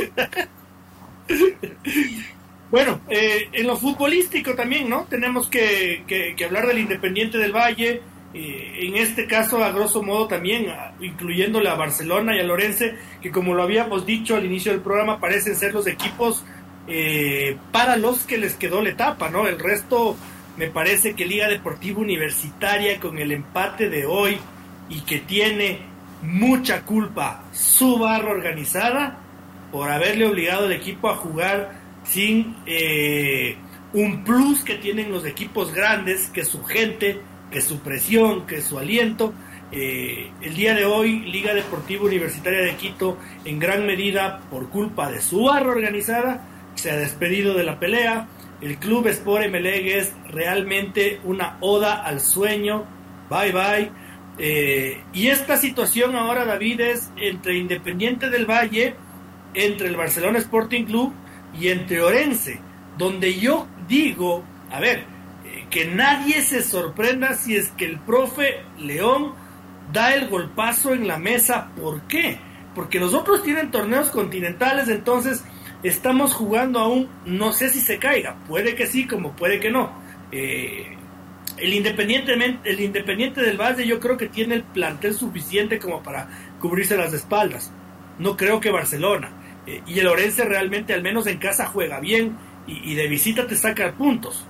Bueno, en lo futbolístico también, ¿no? Tenemos que hablar del Independiente del Valle, en este caso, a grosso modo también, incluyéndole a Barcelona y a Lorense, que como lo habíamos dicho al inicio del programa, parecen ser los equipos para los que les quedó la etapa, ¿no? El resto, me parece que Liga Deportiva Universitaria, con el empate de hoy, y que tiene mucha culpa su barra organizada por haberle obligado al equipo a jugar sin un plus que tienen los equipos grandes, que es su gente, que es su presión, que es su aliento. El día de hoy, Liga Deportiva Universitaria de Quito, en gran medida por culpa de su barra organizada, se ha despedido de la pelea. El Club Sport Emelec es realmente una oda al sueño. Bye bye. Y esta situación ahora, David, es entre Independiente del Valle, entre el Barcelona Sporting Club y entre Orense, donde yo digo, a ver, que nadie se sorprenda si es que el profe León da el golpazo en la mesa. ¿Por qué? Porque los otros tienen torneos continentales, entonces estamos jugando aún, no sé si se caiga, puede que sí, como puede que no. El Independiente del Valle, yo creo que tiene el plantel suficiente como para cubrirse las espaldas. No creo que Barcelona. Y el Orense realmente, al menos en casa, juega bien y de visita te saca puntos.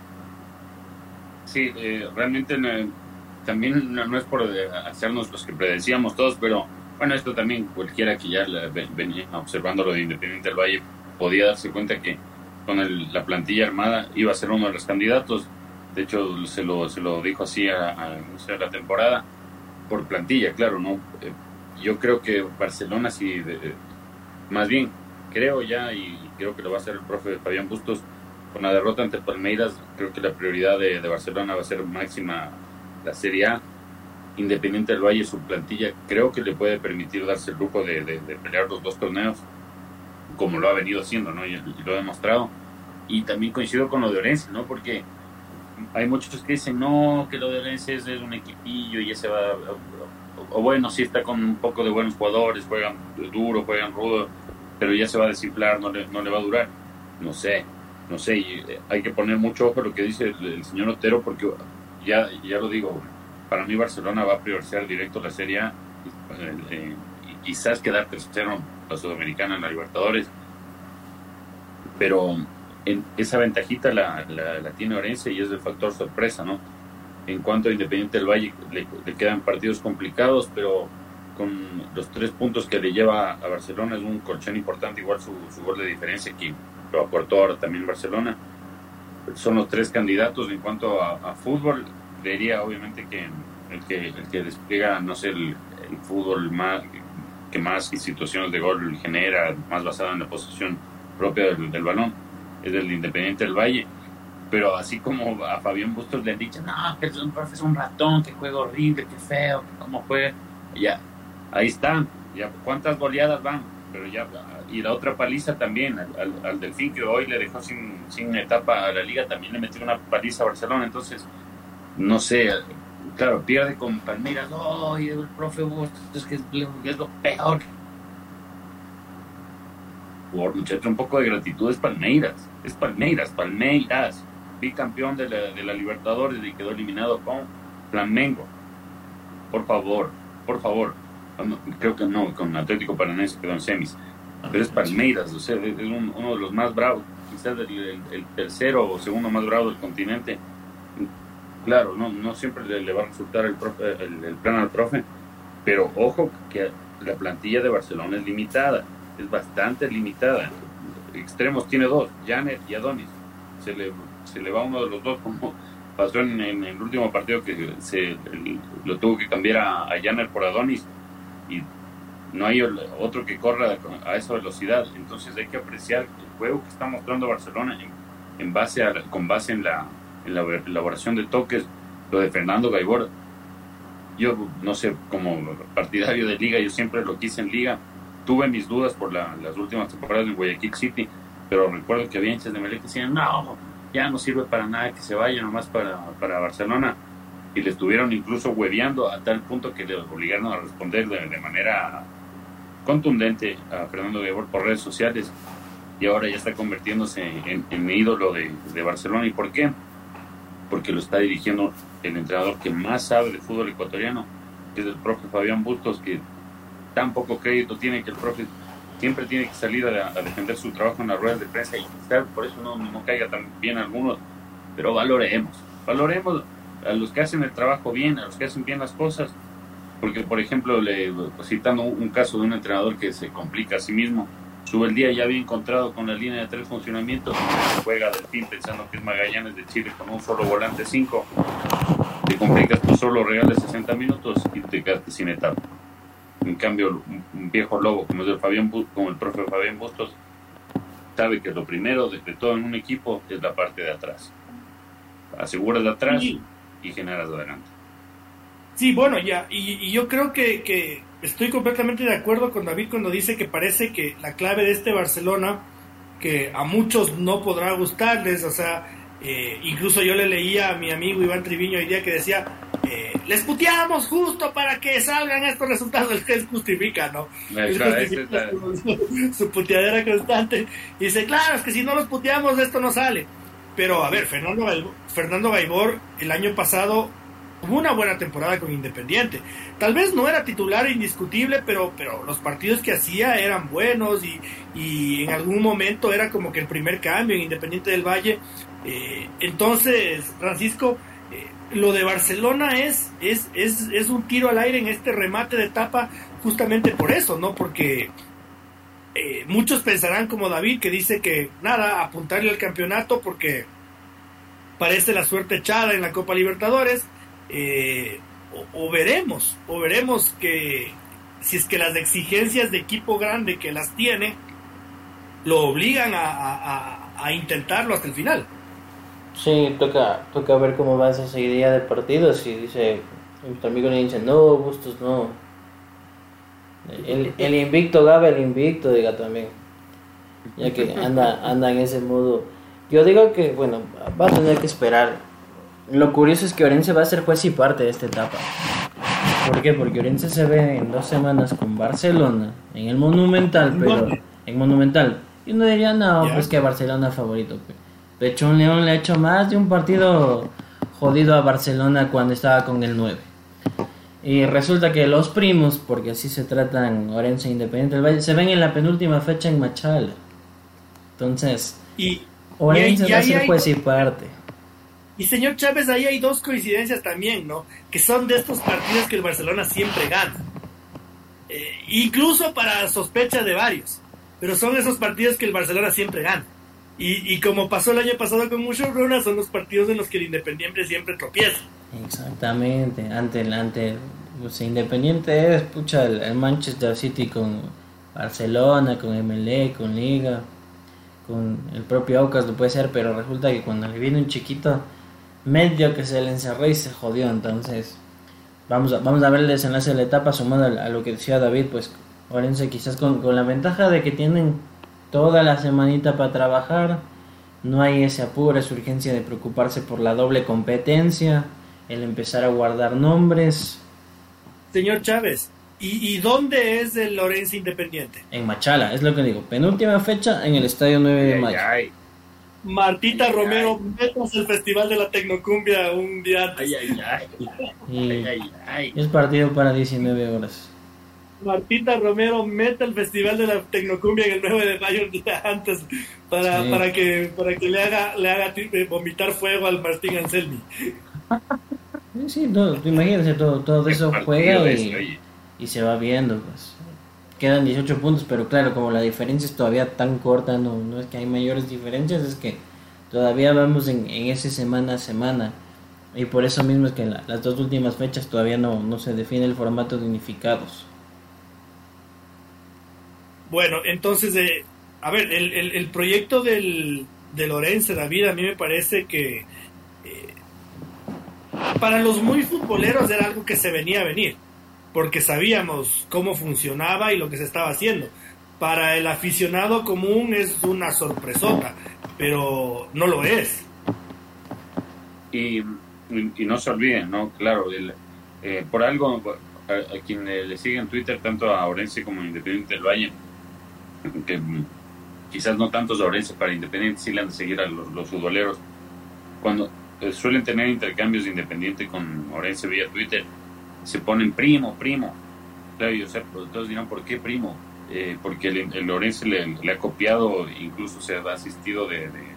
Sí, realmente también no es por hacernos los que predecíamos todos, pero bueno, esto también cualquiera que ya venía observando lo de Independiente del Valle podía darse cuenta que con la plantilla armada iba a ser uno de los candidatos. De hecho, se lo dijo así a la temporada, por plantilla, claro, ¿no? Yo creo que Barcelona sí, más bien, creo ya, y creo que lo va a hacer el profe Fabián Bustos, con la derrota ante Palmeiras, creo que la prioridad de Barcelona va a ser máxima la Serie A. Independiente del Valle, su plantilla, creo que le puede permitir darse el lujo de pelear los dos torneos, como lo ha venido haciendo, ¿no? Y lo ha demostrado. Y también coincido con lo de Orense, ¿no? Porque hay muchos que dicen, no, que lo de Orense es un equipillo y ya se va, o bueno, sí está con un poco de buenos jugadores, juegan duro, juegan rudo, pero ya se va a desinflar, no le va a durar. No sé, y hay que poner mucho ojo a lo que dice el señor Otero, porque ya lo digo, para mí Barcelona va a priorizar directo la Serie A, y quizás quedar tercero en la Sudamericana, en la Libertadores, pero esa ventajita la tiene Orense y es el factor sorpresa, ¿no? En cuanto a Independiente del Valle, le quedan partidos complicados, pero con los 3 puntos que le lleva a Barcelona es un colchón importante, igual su gol de diferencia, que lo aportó ahora también Barcelona. Son los 3 candidatos. En cuanto a fútbol, diría obviamente que el que despliega, no sé, el fútbol que más situaciones de gol genera, más basado en la posesión propia del balón, es el Independiente del Valle. Pero así como a Fabián Bustos le han dicho, no, que el profe es un ratón, que juega horrible, que feo, que cómo juega, ya, ahí están, ya, ¿cuántas goleadas van? Pero ya, y la otra paliza también, al Delfín, que hoy le dejó sin etapa a la liga, también le metió una paliza a Barcelona. Entonces, no sé, claro, pierde con Palmeiras, y el profe Bustos es que es lo peor. Por muchacho, un poco de gratitud, es Palmeiras, bicampeón de la Libertadores y quedó eliminado con Flamengo. Por favor, creo que no, con Atlético Paranaense quedó en semis, pero es Palmeiras, o sea, es uno de los más bravos, quizás el tercero o segundo más bravo del continente. Claro, no siempre le va a resultar el plan al profe, pero ojo que la plantilla de Barcelona es limitada, es bastante limitada. Extremos tiene 2, Janet y Adonis. Se le va uno de los dos, como pasó en el último partido, que lo tuvo que cambiar a Janet por Adonis, y no hay otro que corra a esa velocidad. Entonces hay que apreciar el juego que está mostrando Barcelona con base en la elaboración de toques. Lo de Fernando Gaibor, yo no sé, como partidario de liga, yo siempre lo quise en liga. Tuve mis dudas por las últimas temporadas en Guayaquil City, pero recuerdo que había hinchas de Melec que decían, no, ya no sirve para nada, que se vaya nomás para Barcelona, y le estuvieron incluso hueveando a tal punto que le obligaron a responder de manera contundente a Fernando Gaibor por redes sociales, y ahora ya está convirtiéndose en ídolo de Barcelona. ¿Y por qué? Porque lo está dirigiendo el entrenador que más sabe de fútbol ecuatoriano, que es el profe Fabián Bustos, que tan poco crédito tiene que el profe siempre tiene que salir a defender su trabajo en las ruedas de prensa, y quizás por eso no caiga tan bien algunos, pero valoremos a los que hacen el trabajo bien, a los que hacen bien las cosas, porque por ejemplo, citando un caso de un entrenador que se complica a sí mismo, Subeldía ya había encontrado con la línea de 3 funcionamientos, juega Delfín pensando que es Magallanes de Chile con un solo volante 5, te complicas tú solo, regales 60 minutos y te quedaste sin etapa. En cambio, un viejo lobo como el profe Fabián Bustos sabe que lo primero de todo en un equipo es la parte de atrás. Aseguras de atrás y generas de adelante. Sí, bueno, ya, y yo creo que estoy completamente de acuerdo con David cuando dice que parece que la clave de este Barcelona, que a muchos no podrá gustarles, o sea, incluso yo le leía a mi amigo Iván Triviño hoy día que decía, les puteamos justo para que salgan estos resultados. Él justifica, ¿no? Su puteadera constante. Y dice, claro, es que si no los puteamos esto no sale. Pero a ver, Fernando Gaibor el año pasado tuvo una buena temporada con Independiente. Tal vez no era titular indiscutible, pero los partidos que hacía eran buenos, y en algún momento era como que el primer cambio en Independiente del Valle. Entonces, Francisco, lo de Barcelona es un tiro al aire en este remate de etapa, justamente por eso, ¿no? Porque muchos pensarán como David, que dice que nada, apuntarle al campeonato porque parece la suerte echada en la Copa Libertadores. O veremos que si es que las exigencias de equipo grande que las tiene lo obligan a intentarlo hasta el final. Sí, toca ver cómo va esa seguidilla de partidos. Y dice nuestro amigo, le dice, no, Bustos no, el invicto Gabe, el invicto, diga también, ya que anda en ese modo. Yo digo que bueno, va a tener que esperar. Lo curioso es que Orense va a ser juez y parte de esta etapa. ¿Por qué? Porque Orense se ve en 2 semanas con Barcelona en el Monumental, pero en Monumental, y uno diría, no, pues que Barcelona favorito. Pechón León le ha hecho más de un partido jodido a Barcelona cuando estaba con el 9. Y resulta que los primos, porque así se tratan Orense e Independiente del Valle, se ven en la penúltima fecha en Machala. Entonces, y Orense va a ser juez y parte. Y señor Chávez, ahí hay dos coincidencias también, ¿no? Que son de estos partidos que el Barcelona siempre gana. Incluso para sospecha de varios. Pero son esos partidos que el Barcelona siempre gana. Y como pasó el año pasado con Muchurruna, son los partidos en los que el Independiente siempre tropieza. Exactamente. Pues, Independiente es, el Manchester City con Barcelona, con MLE, con Liga, con el propio Aucas lo puede ser, pero resulta que cuando le viene un chiquito medio que se le encerró y se jodió. Entonces vamos a ver el desenlace de la etapa, sumado a lo que decía David. Pues Orense quizás con la ventaja de que tienen toda la semanita para trabajar, no hay ese apuro, esa urgencia de preocuparse por la doble competencia, el empezar a guardar nombres. Señor Chávez, ¿y dónde es el Orense Independiente? En Machala, es lo que digo, penúltima fecha en el Estadio 9 de Mayo. Martita Romero, metas el Festival de la Tecnocumbia un día antes. Es partido para 19 horas. Martita Romero meta el Festival de la Tecnocumbia en el 9 de mayo un día antes para que le haga vomitar fuego al Martín Anselmi. Sí, imagínense, todo eso juega y se va viendo, pues. Quedan 18 puntos, pero claro, como la diferencia es todavía tan corta, no es que hay mayores diferencias, es que todavía vamos en ese semana a semana. Y por eso mismo es que las dos últimas fechas todavía no se define el formato de unificados. Bueno, entonces, a ver, el proyecto del Orense, David, a mí me parece que para los muy futboleros era algo que se venía a venir, porque sabíamos cómo funcionaba y lo que se estaba haciendo. Para el aficionado común es una sorpresota, pero no lo es. Y no se olviden, ¿no? Claro, por algo, a quien le sigue en Twitter, tanto a Orense como a Independiente del Valle, que quizás no tantos de Orense, para Independiente sí le han de seguir a los futboleros, cuando suelen tener intercambios de Independiente con Orense vía Twitter, se ponen primo. Claro, yo sé, todos dirán, ¿por qué primo? Porque el Orense le ha copiado, incluso se ha asistido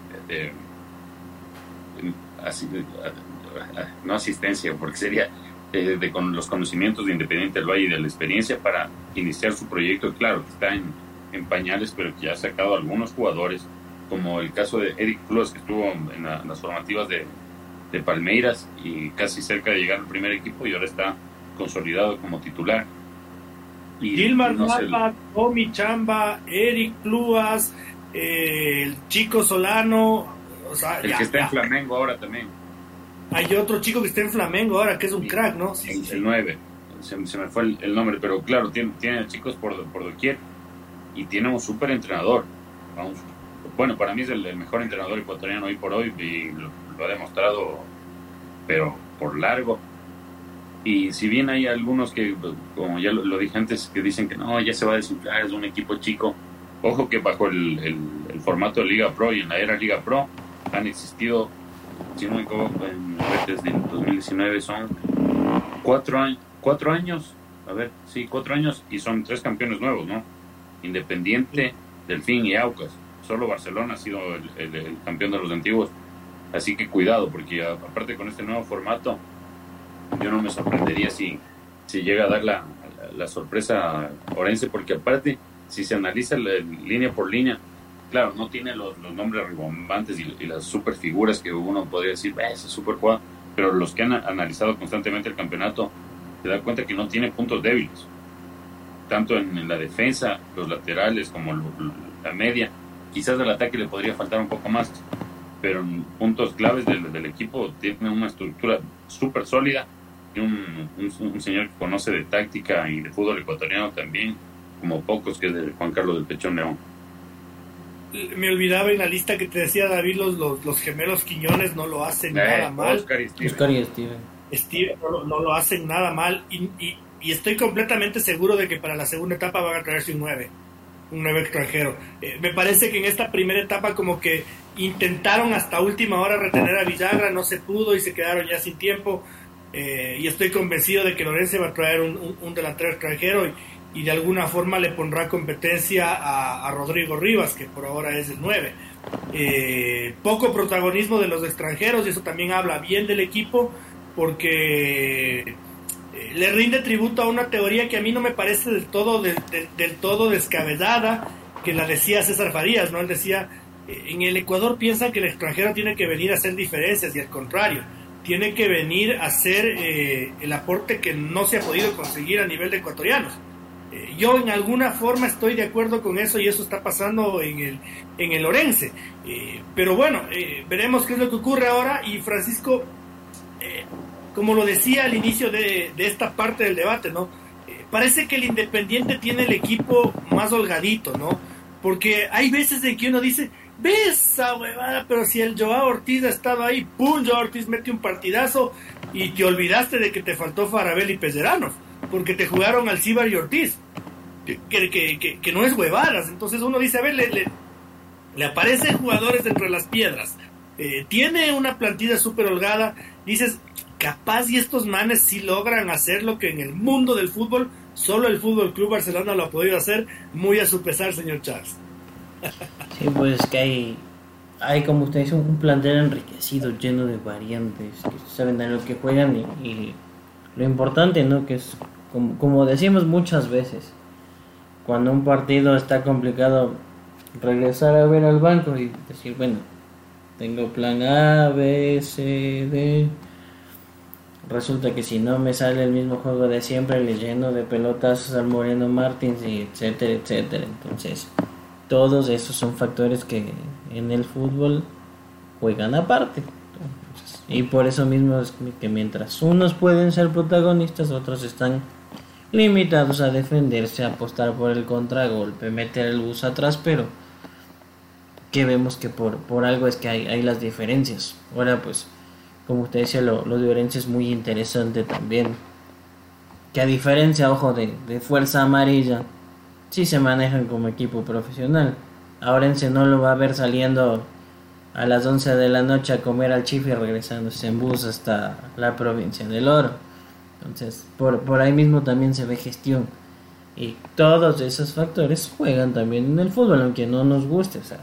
no asistencia, porque sería con los conocimientos de Independiente del Valle y de la experiencia para iniciar su proyecto. Claro que está en pañales, pero que ya ha sacado algunos jugadores, como el caso de Eric Plus, que estuvo en las formativas de Palmeiras y casi cerca de llegar al primer equipo, y ahora está consolidado como titular. Gilmar Napa, Tommy Chamba, Eric Pluas, el chico Solano, o sea, el que está en Flamengo ahora también. Hay otro chico que está en Flamengo ahora, que es un crack, ¿no? Sí. El 9, se me fue el nombre, pero claro, tiene chicos por doquier y tiene un súper entrenador. Bueno, para mí es el mejor entrenador ecuatoriano hoy por hoy, y lo ha demostrado, pero por largo. Y si bien hay algunos que, como ya lo dije antes, que dicen que no, ya se va a desinflar, es un equipo chico, ojo que bajo el formato de Liga Pro y en la era Liga Pro han existido, si no me equivoco, desde 2019 son 4 años, 4 años, y son 3 campeones nuevos, ¿no? Independiente, Delfín y Aucas. Solo Barcelona ha sido el campeón de los antiguos, así que cuidado, porque aparte con este nuevo formato, yo no me sorprendería si llega a dar la sorpresa a Orense, porque aparte, si se analiza línea por línea, claro, no tiene los nombres ribombantes y las super figuras que uno podría decir, ese es super jugador, pero los que han analizado constantemente el campeonato, se da cuenta que no tiene puntos débiles, tanto en la defensa, los laterales, como la media. Quizás al ataque le podría faltar un poco más, pero en puntos claves del equipo tiene una estructura súper sólida, y un señor que conoce de táctica y de fútbol ecuatoriano también, como pocos, que es de Juan Carlos del Pechón León. Me olvidaba en la lista que te decía David, los gemelos Quiñones no lo hacen nada mal. Oscar y Steven no lo hacen nada mal, y estoy completamente seguro de que para la segunda etapa van a traerse un 9 extranjero. Me parece que en esta primera etapa como que intentaron hasta última hora retener a Villagra, no se pudo y se quedaron ya sin tiempo, y estoy convencido de que Lorense va a traer un delantero extranjero, y de alguna forma le pondrá competencia a Rodrigo Rivas, que por ahora es el 9. Poco protagonismo de los extranjeros, y eso también habla bien del equipo, porque le rinde tributo a una teoría que a mí no me parece del todo descabellada, que la decía César Farías, ¿no? Él decía, en el Ecuador piensan que el extranjero tiene que venir a hacer diferencias, y al contrario, tiene que venir a hacer el aporte que no se ha podido conseguir a nivel de ecuatorianos. Yo en alguna forma estoy de acuerdo con eso, y eso está pasando en el Orense. Pero bueno, veremos qué es lo que ocurre ahora. Y Francisco, como lo decía al inicio de esta parte del debate, ¿no? Parece que el Independiente tiene el equipo más holgadito, ¿no? Porque hay veces en que uno dice, ves esa huevada, pero si el Joao Ortiz ha estado ahí, ¡pum! Joao Ortiz mete un partidazo y te olvidaste de que te faltó Farabel y Pelleranov, porque te jugaron Alcíbar y Ortiz, que no es huevadas. Entonces uno dice, a ver, le aparecen jugadores dentro de las piedras, tiene una plantilla súper holgada, dices, capaz y estos manes sí logran hacer lo que en el mundo del fútbol solo el Fútbol Club Barcelona lo ha podido hacer, muy a su pesar, señor Charles. Sí, pues que hay como usted dice, un plantel enriquecido, lleno de variantes, que saben a lo que juegan, y lo importante, ¿no? Que es, como decimos muchas veces, cuando un partido está complicado, regresar a ver al banco y decir, bueno, tengo plan A, B, C, D. Resulta que si no me sale el mismo juego de siempre, le lleno de pelotazos al Moreno Martins, y etcétera, etcétera. Entonces, todos esos son factores que en el fútbol juegan aparte. Entonces, y por eso mismo es que mientras unos pueden ser protagonistas, otros están limitados a defenderse, a apostar por el contragolpe, meter el bus atrás, pero que vemos que por algo es que hay las diferencias. Ahora pues, como usted decía, lo de Orense es muy interesante también, que a diferencia, ojo, de Fuerza Amarilla, sí se manejan como equipo profesional. A Orense no lo va a ver saliendo a las 11 de la noche a comer al Chifa y regresándose en bus hasta la provincia del Oro. Entonces, por ahí mismo también se ve gestión, y todos esos factores juegan también en el fútbol, aunque no nos guste. O sea,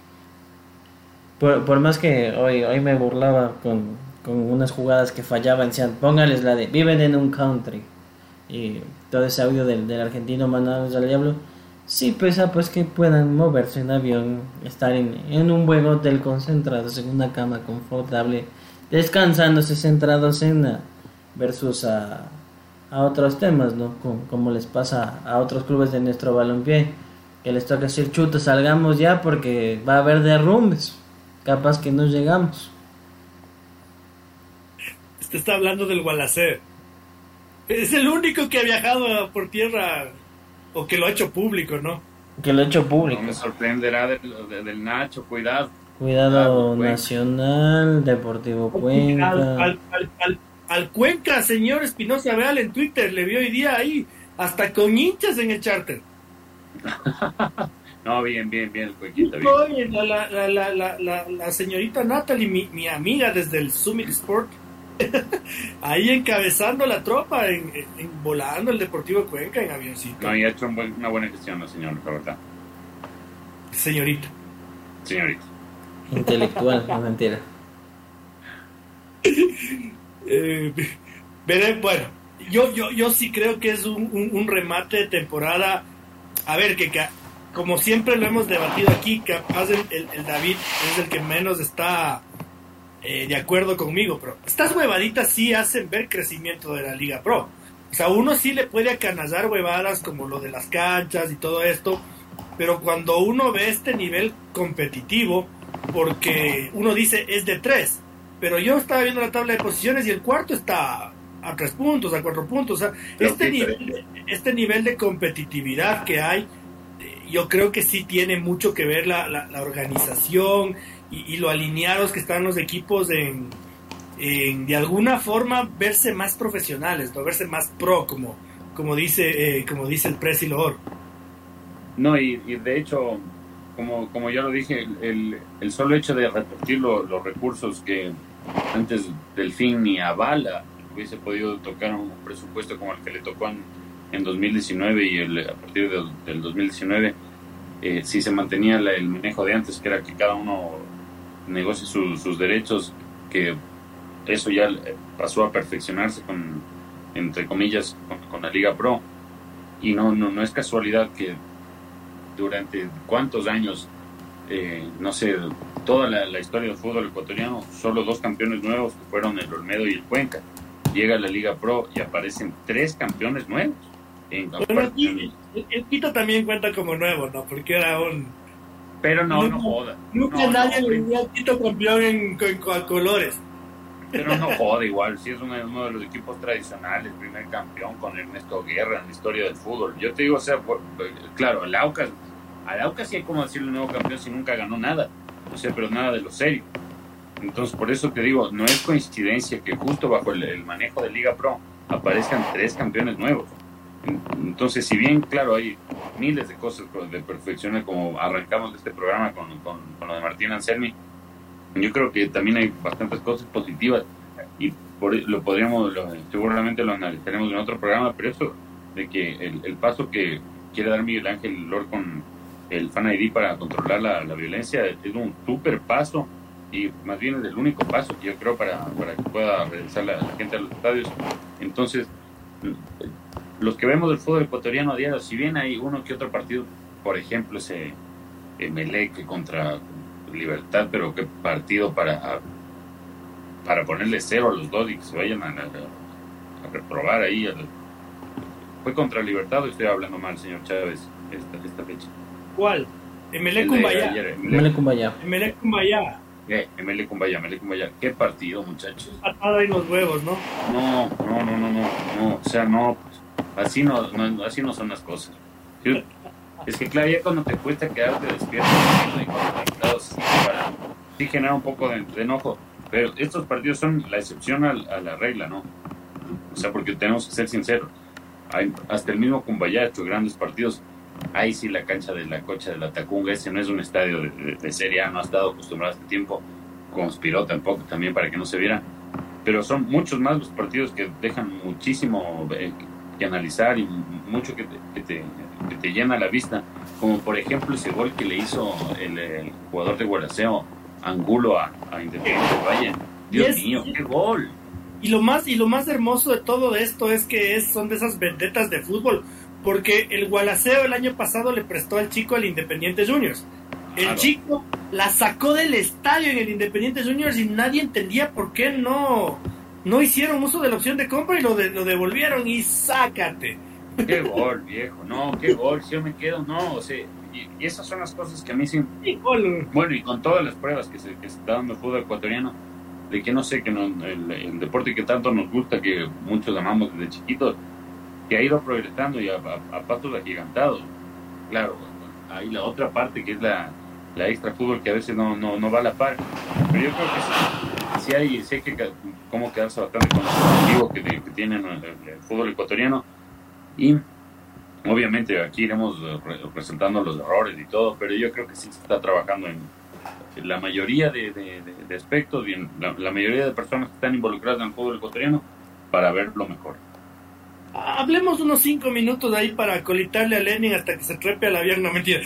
por más que hoy me burlaba con unas jugadas que fallaban, decían, póngales la de viven en un country, y todo ese audio del argentino mandados al diablo. Sí pesa pues que puedan moverse en avión, estar en un buen hotel, concentrados en una cama confortable, descansándose, centrados en versus a otros temas, ¿no? Como les pasa a otros clubes de nuestro balompié, que les toca decir, chuta, salgamos ya porque va a haber derrumbes, capaz que no llegamos. Usted está hablando del Gualaceo. Es el único que ha viajado por tierra, o que lo ha hecho público, ¿no? Que lo ha hecho público. No me sorprenderá del Nacho, cuidado. Cuidado, Nacional, Deportivo Cuenca. Al Cuenca, señor Espinosa Real, en Twitter, le vi hoy día ahí, hasta con hinchas en el charter. No, bien, el Cuenquita, bien. Oye, la señorita Natalie, mi amiga desde el Summit Sport, ahí encabezando la tropa, volando el Deportivo Cuenca en avioncito. No, y ha hecho una buena gestión la señora, la verdad. Señorita. Intelectual, no mentira. Bueno, yo sí creo que es un remate de temporada. A ver, que como siempre lo hemos debatido aquí, capaz el David es el que menos está de acuerdo conmigo, pero estas huevaditas sí hacen ver crecimiento de la Liga Pro. O sea, uno sí le puede acanallar huevadas como lo de las canchas y todo esto, pero cuando uno ve este nivel competitivo, porque uno dice es de 3, pero yo estaba viendo la tabla de posiciones y el cuarto está a 3 puntos, a 4 puntos. O sea, este nivel de competitividad que hay, yo creo que sí tiene mucho que ver la organización y lo alineados que están los equipos en de alguna forma verse más profesionales, ¿no? Verse más pro, como dice el Presi Loor. No, y de hecho, como ya lo dije, el solo hecho de repartir los recursos que antes del fin ni a bala hubiese podido tocar un presupuesto como el que le tocó en 2019 y a partir del 2019, si se mantenía el manejo de antes, que era que cada uno negocie sus derechos, que eso ya pasó a perfeccionarse entre comillas, con la Liga Pro. Y no es casualidad que durante cuántos años, no sé, toda la historia del fútbol ecuatoriano, solo 2 campeones nuevos, que fueron el Olmedo y el Cuenca. Llega la Liga Pro y aparecen 3 campeones nuevos. Bueno, aquí, el Quito también cuenta como nuevo, ¿no? Porque era un... Pero no joda. Nunca nadie le dio al Quito campeón en colores. Pero no joda igual, si es uno de los equipos tradicionales, primer campeón con Ernesto Guerra en la historia del fútbol. Yo te digo, o sea, claro, al Aucas sí hay como decirle nuevo campeón si nunca ganó nada, o sea, pero nada de lo serio. Entonces, por eso te digo, no es coincidencia que justo bajo el manejo de Liga Pro aparezcan 3 campeones nuevos. Entonces, si bien, claro, hay miles de cosas de perfeccionar, como arrancamos este programa con lo de Martín Anselmi, yo creo que también hay bastantes cosas positivas y seguramente lo analizaremos en otro programa, pero eso de que el paso que quiere dar Miguel Ángel Lor con el Fan ID para controlar la violencia es un súper paso, y más bien es el único paso que yo creo para que pueda regresar la gente a los estadios. Entonces, los que vemos del fútbol ecuatoriano a diario, si bien hay uno que otro partido, por ejemplo ese Emelec contra Libertad, pero qué partido para ponerle 0 a los dos y que se vayan a reprobar ahí. ¿Fue contra Libertad o estoy hablando mal, señor Chávez, esta fecha? ¿Cuál? Emelec Cumbayá. Emelec Cumbayá. Emelec Cumbayá. Emelec Cumbayá. Qué partido, muchachos. Patada en los huevos, ¿no? No. O sea, no, así no son las cosas. Es que claro, ya cuando te cuesta quedarte despierto y conectados, sí genera un poco de enojo, pero estos partidos son la excepción a la regla, ¿no? O sea, porque tenemos que ser sinceros, hasta el mismo Cumbayá ha hecho grandes partidos. Ahí sí la cancha de la Cocha de la Tacunga, ese no es un estadio de Serie A, no ha estado acostumbrado a este tiempo, conspiró tampoco también para que no se viera, pero son muchos más los partidos que dejan muchísimo que analizar y mucho que te llena la vista, como por ejemplo ese gol que le hizo el jugador de Gualaceo, Angulo, a Independiente del Valle. Dios mío, qué gol. Y lo más hermoso de todo esto es que son de esas vendetas de fútbol, porque el Gualaceo el año pasado le prestó al chico al Independiente Juniors. El chico la sacó del estadio en el Independiente Juniors y nadie entendía por qué no hicieron uso de la opción de compra y lo devolvieron y sácate. Qué gol, viejo, no, qué gol, si yo me quedo, no, o sea, y esas son las cosas que a mí sí, bueno, y con todas las pruebas que se está dando el fútbol ecuatoriano, de que no sé, que el deporte que tanto nos gusta, que muchos amamos desde chiquitos, que ha ido progresando y a pasos agigantados. Claro, hay la otra parte que es la extra fútbol, que a veces no va a la par, pero yo creo que sí hay que como quedarse bastante con el objetivo que tiene el fútbol ecuatoriano. Y obviamente aquí iremos presentando los errores y todo, pero yo creo que sí se está trabajando en la mayoría de aspectos y en la mayoría de personas que están involucradas en el fútbol ecuatoriano para ver lo mejor. Hablemos unos 5 minutos ahí para colitarle a Lenin hasta que se trepe al avión, no mentira.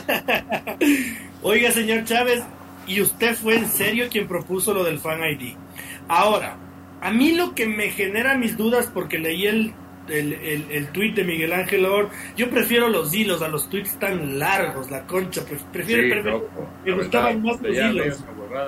Oiga, señor Chávez, y usted fue en serio quien propuso lo del Fan ID. Ahora, a mí lo que me genera mis dudas, porque leí el tuit de Miguel Ángel Or, yo prefiero los hilos a los tuits tan largos, la concha, prefiero me gustaban más los hilos.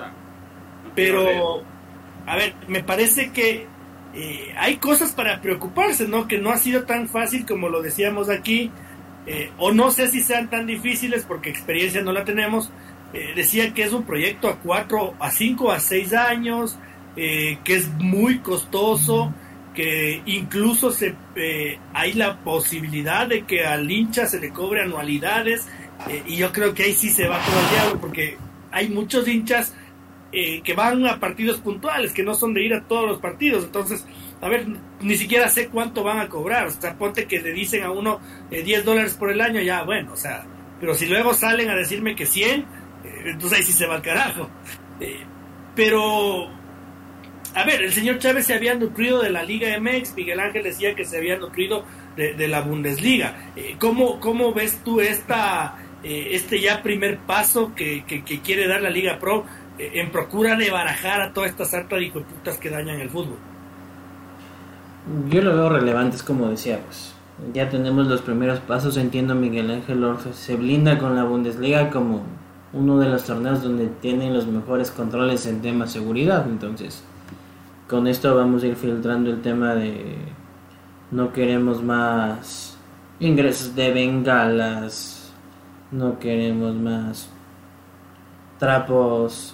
Pero, a ver, me parece que hay cosas para preocuparse, ¿no? Que no ha sido tan fácil como lo decíamos aquí, o no sé si sean tan difíciles porque experiencia no la tenemos. Decía que es un proyecto a 4, a 5, a 6 años, que es muy costoso, que incluso hay la posibilidad de que al hincha se le cobre anualidades, y yo creo que ahí sí se va todo el diablo, porque hay muchos hinchas que van a partidos puntuales, que no son de ir a todos los partidos. Entonces, a ver, ni siquiera sé cuánto van a cobrar. O sea, ponte que le dicen a uno $10 por el año, ya, bueno, o sea, pero si luego salen a decirme que 100, entonces ahí sí se va al carajo. Pero, a ver, el señor Chávez se había nutrido de la Liga MX, Miguel Ángel decía que se había nutrido de la Bundesliga. ¿Cómo ves tú este ya primer paso que quiere dar la Liga Pro en procura de barajar a todas estas hartas hijueputas que dañan el fútbol? Yo lo veo relevante, es como decía, pues ya tenemos los primeros pasos. Entiendo, Miguel Ángel Orfe se blinda con la Bundesliga como uno de los torneos donde tienen los mejores controles en tema seguridad. Entonces, con esto vamos a ir filtrando el tema de no queremos más ingresos de bengalas, no queremos más trapos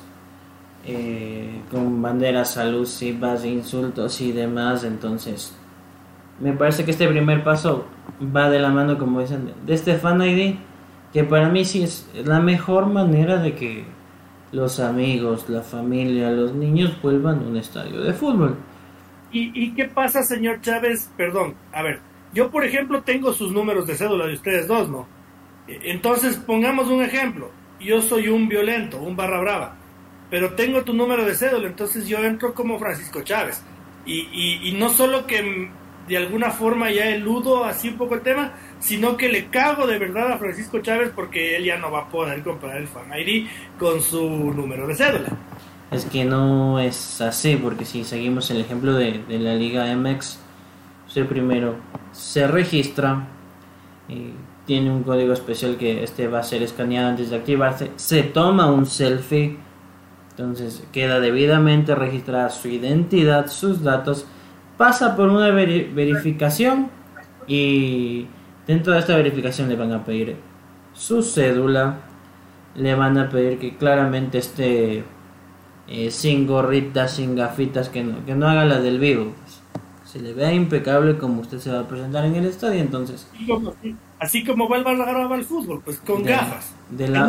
con banderas alusivas, insultos y demás. Entonces me parece que este primer paso va de la mano, como dicen, de este Fan ID, que para mí sí es la mejor manera de que los amigos, la familia, los niños vuelvan a un estadio de fútbol. ¿Y qué pasa, señor Chávez? Perdón, a ver, yo por ejemplo tengo sus números de cédula de ustedes dos, ¿no? Entonces pongamos un ejemplo, yo soy un violento, un barra brava, pero tengo tu número de cédula, entonces yo entro como Francisco Chávez, y no solo que de alguna forma ya eludo así un poco el tema, sino que le cago de verdad a Francisco Chávez porque él ya no va a poder comprar el Fan ID con su número de cédula. Es que no es así, porque si seguimos el ejemplo de la Liga MX, usted primero se registra, tiene un código especial que va a ser escaneado antes de activarse, se toma un selfie, entonces queda debidamente registrada su identidad, sus datos, pasa por una verificación, y dentro de esta verificación le van a pedir su cédula, le van a pedir que claramente esté sin gorritas, sin gafitas, que no haga la del vivo, pues, se le vea impecable como usted se va a presentar en el estadio. Entonces, así como va el barra al fútbol, pues con gafas, de la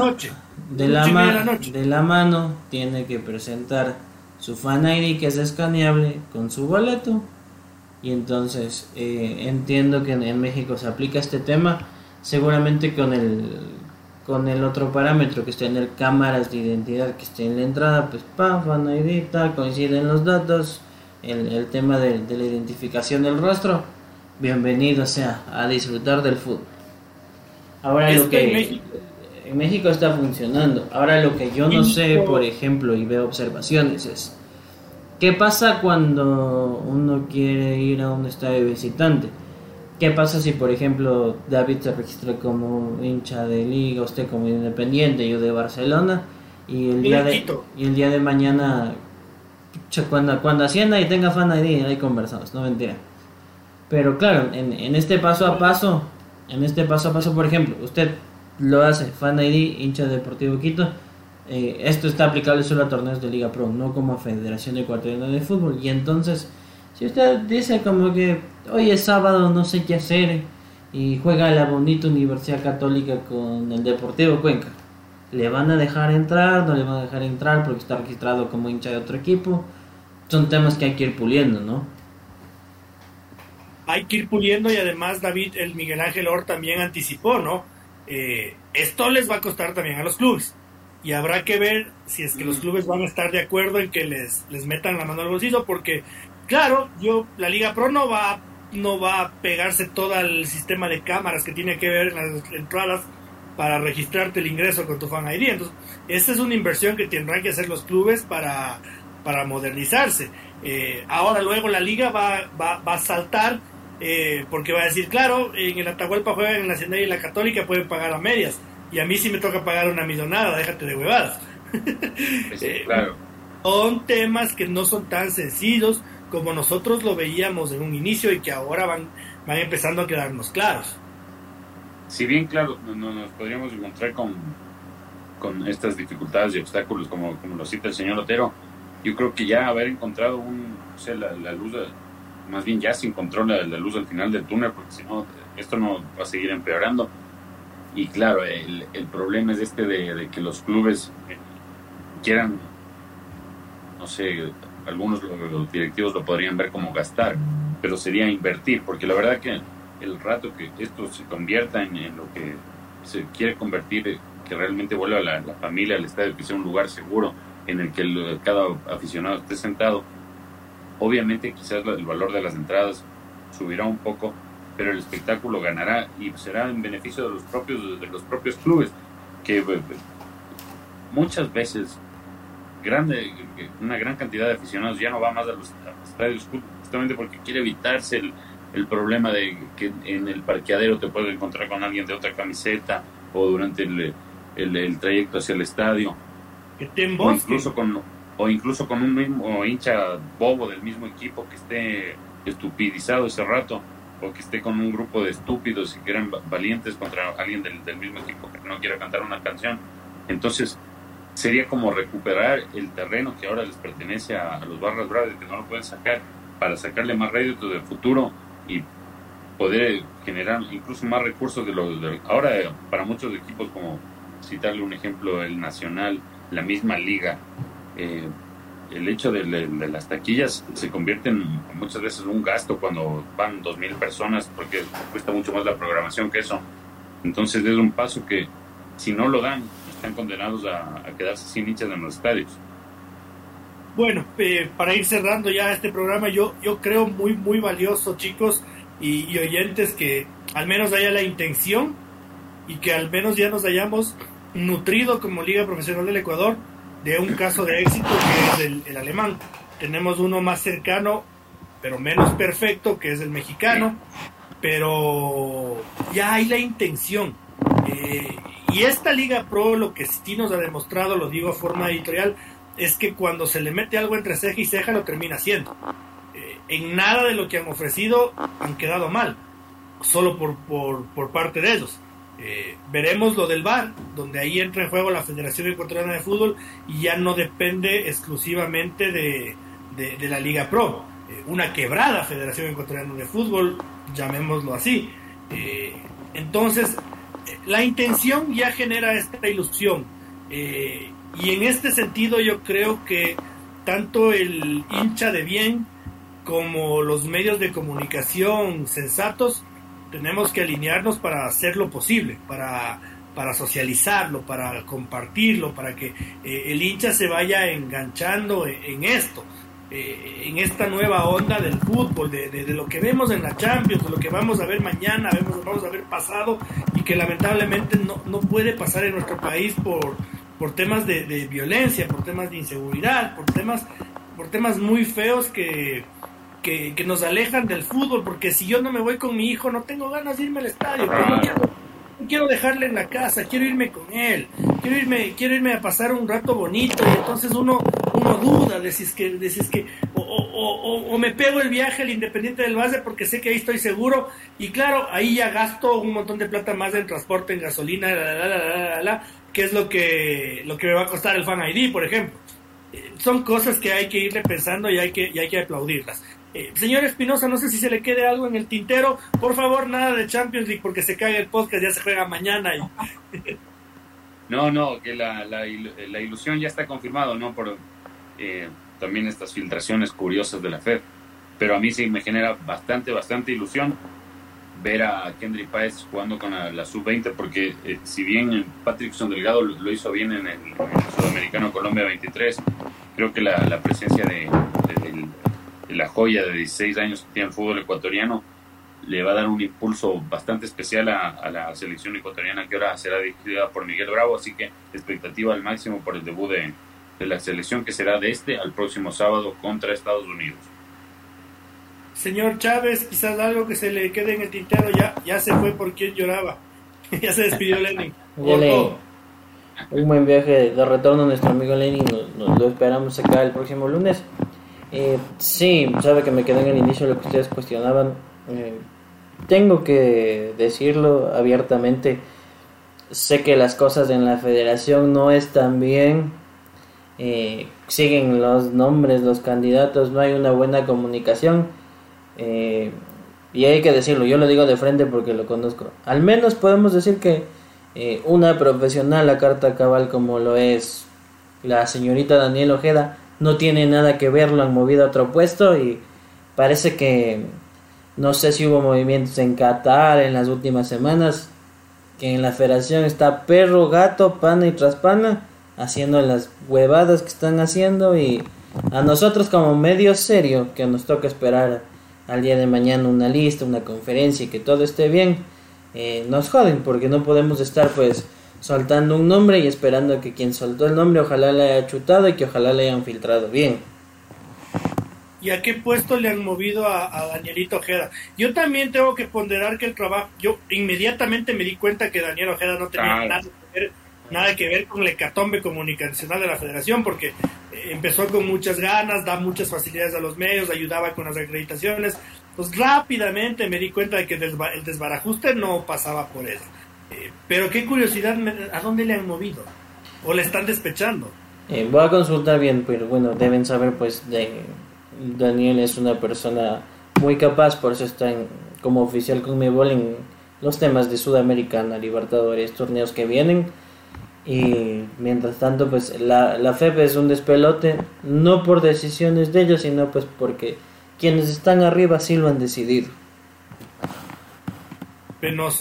mano tiene que presentar su Fan ID, que es escaneable, con su boleto. Y entonces entiendo que en México se aplica este tema, seguramente con el otro parámetro, que esté en el cámaras de identidad, que esté en la entrada, pues Fan ID, coinciden los datos, el tema de la identificación del rostro. Bienvenido sea a disfrutar del fútbol. Ahora lo que en México está funcionando. Ahora lo que yo no sé, por ejemplo, y veo observaciones, es ¿qué pasa cuando uno quiere ir a un estadio visitante? ¿Qué pasa si, por ejemplo, David se registra como hincha de liga, usted como independiente, yo de Barcelona, y el día de mañana, cuando Hacienda y tenga Fan ID, ahí conversamos, no mentira. Pero claro, en este paso a paso, por ejemplo, usted lo hace, Fan ID, hincha de Deportivo Quito. Esto está aplicable solo a torneos de Liga Pro, no como a Federación Ecuatoriana de Fútbol. Y entonces, si usted dice como que hoy es sábado, no sé qué hacer, y juega la bonita Universidad Católica con el Deportivo Cuenca, ¿le van a dejar entrar? ¿No le van a dejar entrar porque está registrado como hincha de otro equipo? Son temas que hay que ir puliendo, ¿no? Hay que ir puliendo, y además David, el Miguel Ángel Or también anticipó, ¿no? Esto les va a costar también a los clubes. Y habrá que ver si es que los clubes van a estar de acuerdo en que les metan la mano al bolsillo, porque, claro, la Liga Pro no va a pegarse todo el sistema de cámaras que tiene que ver en las entradas para registrarte el ingreso con tu Fan ID. Entonces, esa es una inversión que tendrán que hacer los clubes para modernizarse. Ahora luego la Liga va a saltar, porque va a decir, claro, en el Atahualpa juegan en la Nacional y la Católica, pueden pagar a medias. Y a mí sí me toca pagar una millonada, déjate de huevadas. Sí, claro. Son temas que no son tan sencillos como nosotros lo veíamos en un inicio y que ahora van empezando a quedarnos claros. Si bien, claro, no nos podríamos encontrar con estas dificultades y obstáculos como lo cita el señor Otero, yo creo que ya haber encontrado la luz, más bien ya se encontró la luz al final del túnel, porque si no, esto no va a seguir empeorando. Y claro, el problema es de que los clubes quieran, no sé, algunos los directivos lo podrían ver como gastar, pero sería invertir, porque la verdad que el rato que esto se convierta en lo que se quiere convertir, que realmente vuelva la familia al estadio, que sea un lugar seguro en el que cada aficionado esté sentado, obviamente quizás el valor de las entradas subirá un poco, pero el espectáculo ganará y será en beneficio de los propios clubes, que muchas veces una gran cantidad de aficionados ya no va más a los estadios justamente porque quiere evitarse el problema de que en el parqueadero te puedes encontrar con alguien de otra camiseta o durante el trayecto hacia el estadio, que te embosque. o incluso con un mismo hincha bobo del mismo equipo que esté estupidizado ese rato, o que esté con un grupo de estúpidos y que eran valientes contra alguien del mismo equipo que no quiera cantar una canción. Entonces sería como recuperar el terreno que ahora les pertenece a los Barras Bravas, que no lo pueden sacar, para sacarle más rédito del futuro y poder generar incluso más recursos ahora para muchos equipos, como citarle un ejemplo, el Nacional, la misma liga, el hecho de las taquillas se convierte muchas veces en un gasto cuando van 2,000 personas, porque cuesta mucho más la programación que eso. Entonces es un paso que, si no lo dan, están condenados a quedarse sin hinchas en los estadios. Bueno, para ir cerrando ya este programa, yo creo muy, muy valioso, chicos y oyentes, que al menos haya la intención y que al menos ya nos hayamos nutrido como Liga Profesional del Ecuador de un caso de éxito que es el alemán. Tenemos uno más cercano, pero menos perfecto, que es el mexicano, pero ya hay la intención. Y esta Liga Pro, lo que sí nos ha demostrado, lo digo a forma editorial, es que cuando se le mete algo entre ceja y ceja lo termina haciendo. En nada de lo que han ofrecido han quedado mal, solo por parte de ellos. Veremos lo del VAR, donde ahí entra en juego la Federación Ecuatoriana de Fútbol y ya no depende exclusivamente de la Liga Pro. Una quebrada Federación Ecuatoriana de Fútbol, llamémoslo así. Entonces, la intención ya genera esta ilusión. Y en este sentido yo creo que tanto el hincha de bien como los medios de comunicación sensatos tenemos que alinearnos para hacer lo posible, para socializarlo, para compartirlo, para que el hincha se vaya enganchando en esto, en esta nueva onda del fútbol, de lo que vemos en la Champions, de lo que vamos a ver mañana, vamos a ver pasado, y que lamentablemente no puede pasar en nuestro país por temas de violencia, por temas de inseguridad, por temas muy feos que nos alejan del fútbol. Porque si yo no me voy con mi hijo, no tengo ganas de irme al estadio, no quiero dejarle en la casa, quiero irme con él, quiero irme a pasar un rato bonito, y entonces uno duda de si es que o me pego el viaje al Independiente del Valle porque sé que ahí estoy seguro, y claro, ahí ya gasto un montón de plata más en transporte, en gasolina, que es lo que me va a costar el Fan ID, por ejemplo. Son cosas que hay que irle pensando y hay que aplaudirlas. Señor Espinosa, no sé si se le quede algo en el tintero. Por favor, nada de Champions League porque se cae el podcast, ya se juega mañana. No, que la ilusión ya está confirmado, ¿no? Por también estas filtraciones curiosas de la FED. Pero a mí sí me genera bastante ilusión ver a Kendry Páez jugando con la Sub-20, porque si bien Patrickson Delgado lo hizo bien en el Sudamericano Colombia 23, creo que la presencia de la joya de 16 años que tiene el fútbol ecuatoriano le va a dar un impulso bastante especial a la selección ecuatoriana, que ahora será dirigida por Miguel Bravo, así que expectativa al máximo por el debut de la selección, que será de al próximo sábado contra Estados Unidos. Señor Chávez, quizás algo que se le quede en el tintero, ya se fue por quien lloraba. Ya se despidió Lenin. Un buen viaje de retorno a nuestro amigo Lenin, nos lo esperamos acá el próximo lunes. Sí, sabe que me quedé en el inicio de lo que ustedes cuestionaban. Tengo que decirlo abiertamente, sé que las cosas en la federación no están bien, siguen los nombres, los candidatos, no hay una buena comunicación, y hay que decirlo, yo lo digo de frente porque lo conozco. Al menos podemos decir que una profesional a carta cabal como lo es la señorita Daniela Ojeda no tiene nada que ver, lo han movido a otro puesto, y parece que no sé si hubo movimientos en Qatar en las últimas semanas, que en la federación está perro, gato, pana y traspana haciendo las huevadas que están haciendo, y a nosotros como medio serio que nos toca esperar al día de mañana una lista, una conferencia y que todo esté bien, nos joden, porque no podemos estar pues soltando un nombre y esperando a que quien soltó el nombre ojalá le haya chutado y que ojalá le hayan filtrado bien. ¿Y a qué puesto le han movido a Danielito Ojeda? Yo también tengo que ponderar que el trabajo, yo inmediatamente me di cuenta que Daniel Ojeda no tenía nada que ver con la hecatombe comunicacional de la federación, porque empezó con muchas ganas, da muchas facilidades a los medios, ayudaba con las acreditaciones, pues rápidamente me di cuenta de que el desbarajuste no pasaba por eso. Pero qué curiosidad, ¿a dónde le han movido? ¿O le están despechando? Voy a consultar bien, pero bueno, deben saber pues Daniel es una persona muy capaz, por eso está como oficial con Conmebol en los temas de Sudamericana, Libertadores, torneos que vienen. Y mientras tanto pues la FEP es un despelote, no por decisiones de ellos, sino pues porque quienes están arriba sí lo han decidido. Penoso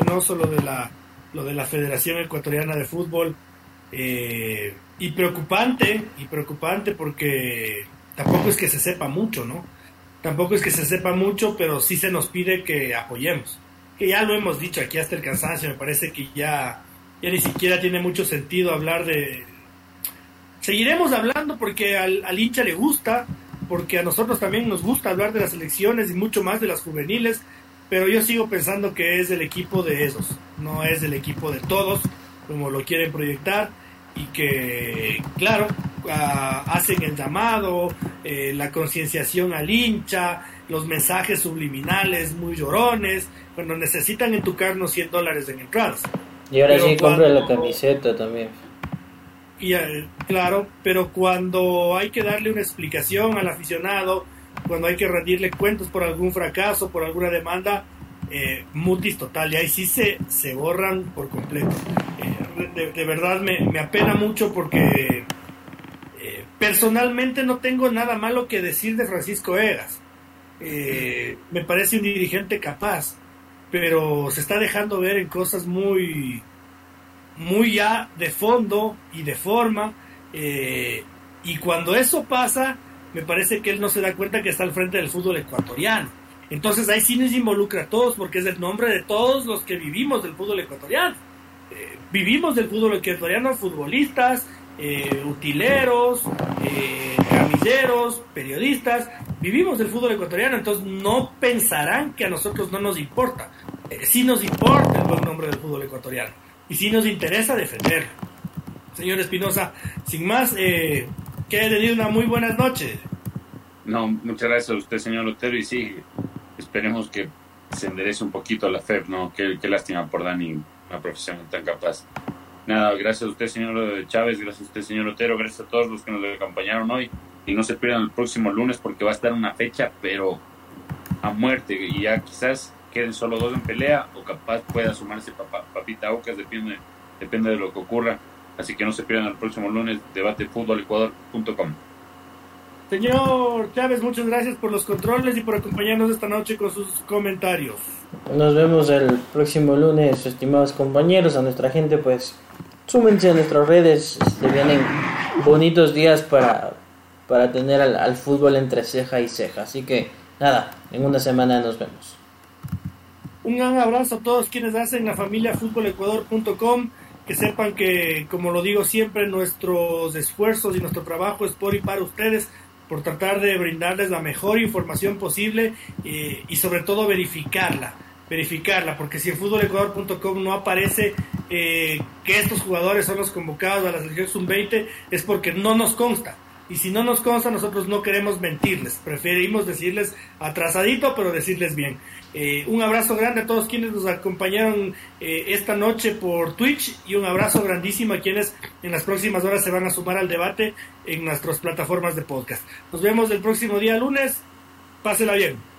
lo de la Federación Ecuatoriana de Fútbol, y preocupante porque tampoco es que se sepa mucho, ¿no? Tampoco es que se sepa mucho, pero sí se nos pide que apoyemos. Que ya lo hemos dicho aquí hasta el cansancio, me parece que ya ni siquiera tiene mucho sentido hablar de... Seguiremos hablando porque al hincha le gusta, porque a nosotros también nos gusta hablar de las selecciones y mucho más de las juveniles, pero yo sigo pensando que es del equipo de esos, no es del equipo de todos, como lo quieren proyectar, y que, claro, hacen el llamado, la concienciación al hincha, los mensajes subliminales muy llorones, cuando necesitan entucarnos $100 en entradas. Y ahora sí compra la camiseta también. Y, claro, pero cuando hay que darle una explicación al aficionado, cuando hay que rendirle cuentos por algún fracaso, por alguna demanda, mutis total, y ahí sí se borran por completo. De verdad me apena mucho porque personalmente no tengo nada malo que decir de Francisco Egas. Me parece un dirigente capaz, pero se está dejando ver en cosas muy ya de fondo y de forma, y cuando eso pasa me parece que él no se da cuenta que está al frente del fútbol ecuatoriano. Entonces ahí sí nos involucra a todos, porque es el nombre de todos los que vivimos del fútbol ecuatoriano. Vivimos del fútbol ecuatoriano, futbolistas, utileros, camilleros, periodistas, vivimos del fútbol ecuatoriano, entonces no pensarán que a nosotros no nos importa. Sí nos importa el buen nombre del fútbol ecuatoriano y sí nos interesa defenderlo. Señor Espinosa, sin más, que haya tenido una muy buenas noches. No, muchas gracias a usted, señor Otero, y sí, esperemos que se enderece un poquito la FEP, ¿no? Qué lástima por Dani, una profesional tan capaz. Nada, gracias a usted, señor Chávez, gracias a usted, señor Otero, gracias a todos los que nos acompañaron hoy, y no se pierdan el próximo lunes porque va a estar una fecha, pero a muerte, y ya quizás queden solo 2 en pelea, o capaz pueda sumarse Papita Aucas, depende de lo que ocurra, así que no se pierdan el próximo lunes, debatefutbolecuador.com. Señor Chávez, muchas gracias por los controles y por acompañarnos esta noche con sus comentarios. Nos vemos el próximo lunes, estimados compañeros. A nuestra gente, pues, súmense a nuestras redes. Vienen bonitos días para tener al fútbol entre ceja y ceja. Así que, nada, en una semana nos vemos. Un gran abrazo a todos quienes hacen la familia futbolecuador.com. Que sepan que, como lo digo siempre, nuestros esfuerzos y nuestro trabajo es por y para ustedes, por tratar de brindarles la mejor información posible, y sobre todo verificarla, porque si en futbolecuador.com no aparece que estos jugadores son los convocados a la selección sub-20, es porque no nos consta. Y si no nos consta, nosotros no queremos mentirles, preferimos decirles atrasadito, pero decirles bien. Un abrazo grande a todos quienes nos acompañaron esta noche por Twitch, y un abrazo grandísimo a quienes en las próximas horas se van a sumar al debate en nuestras plataformas de podcast. Nos vemos el próximo día lunes, pásela bien.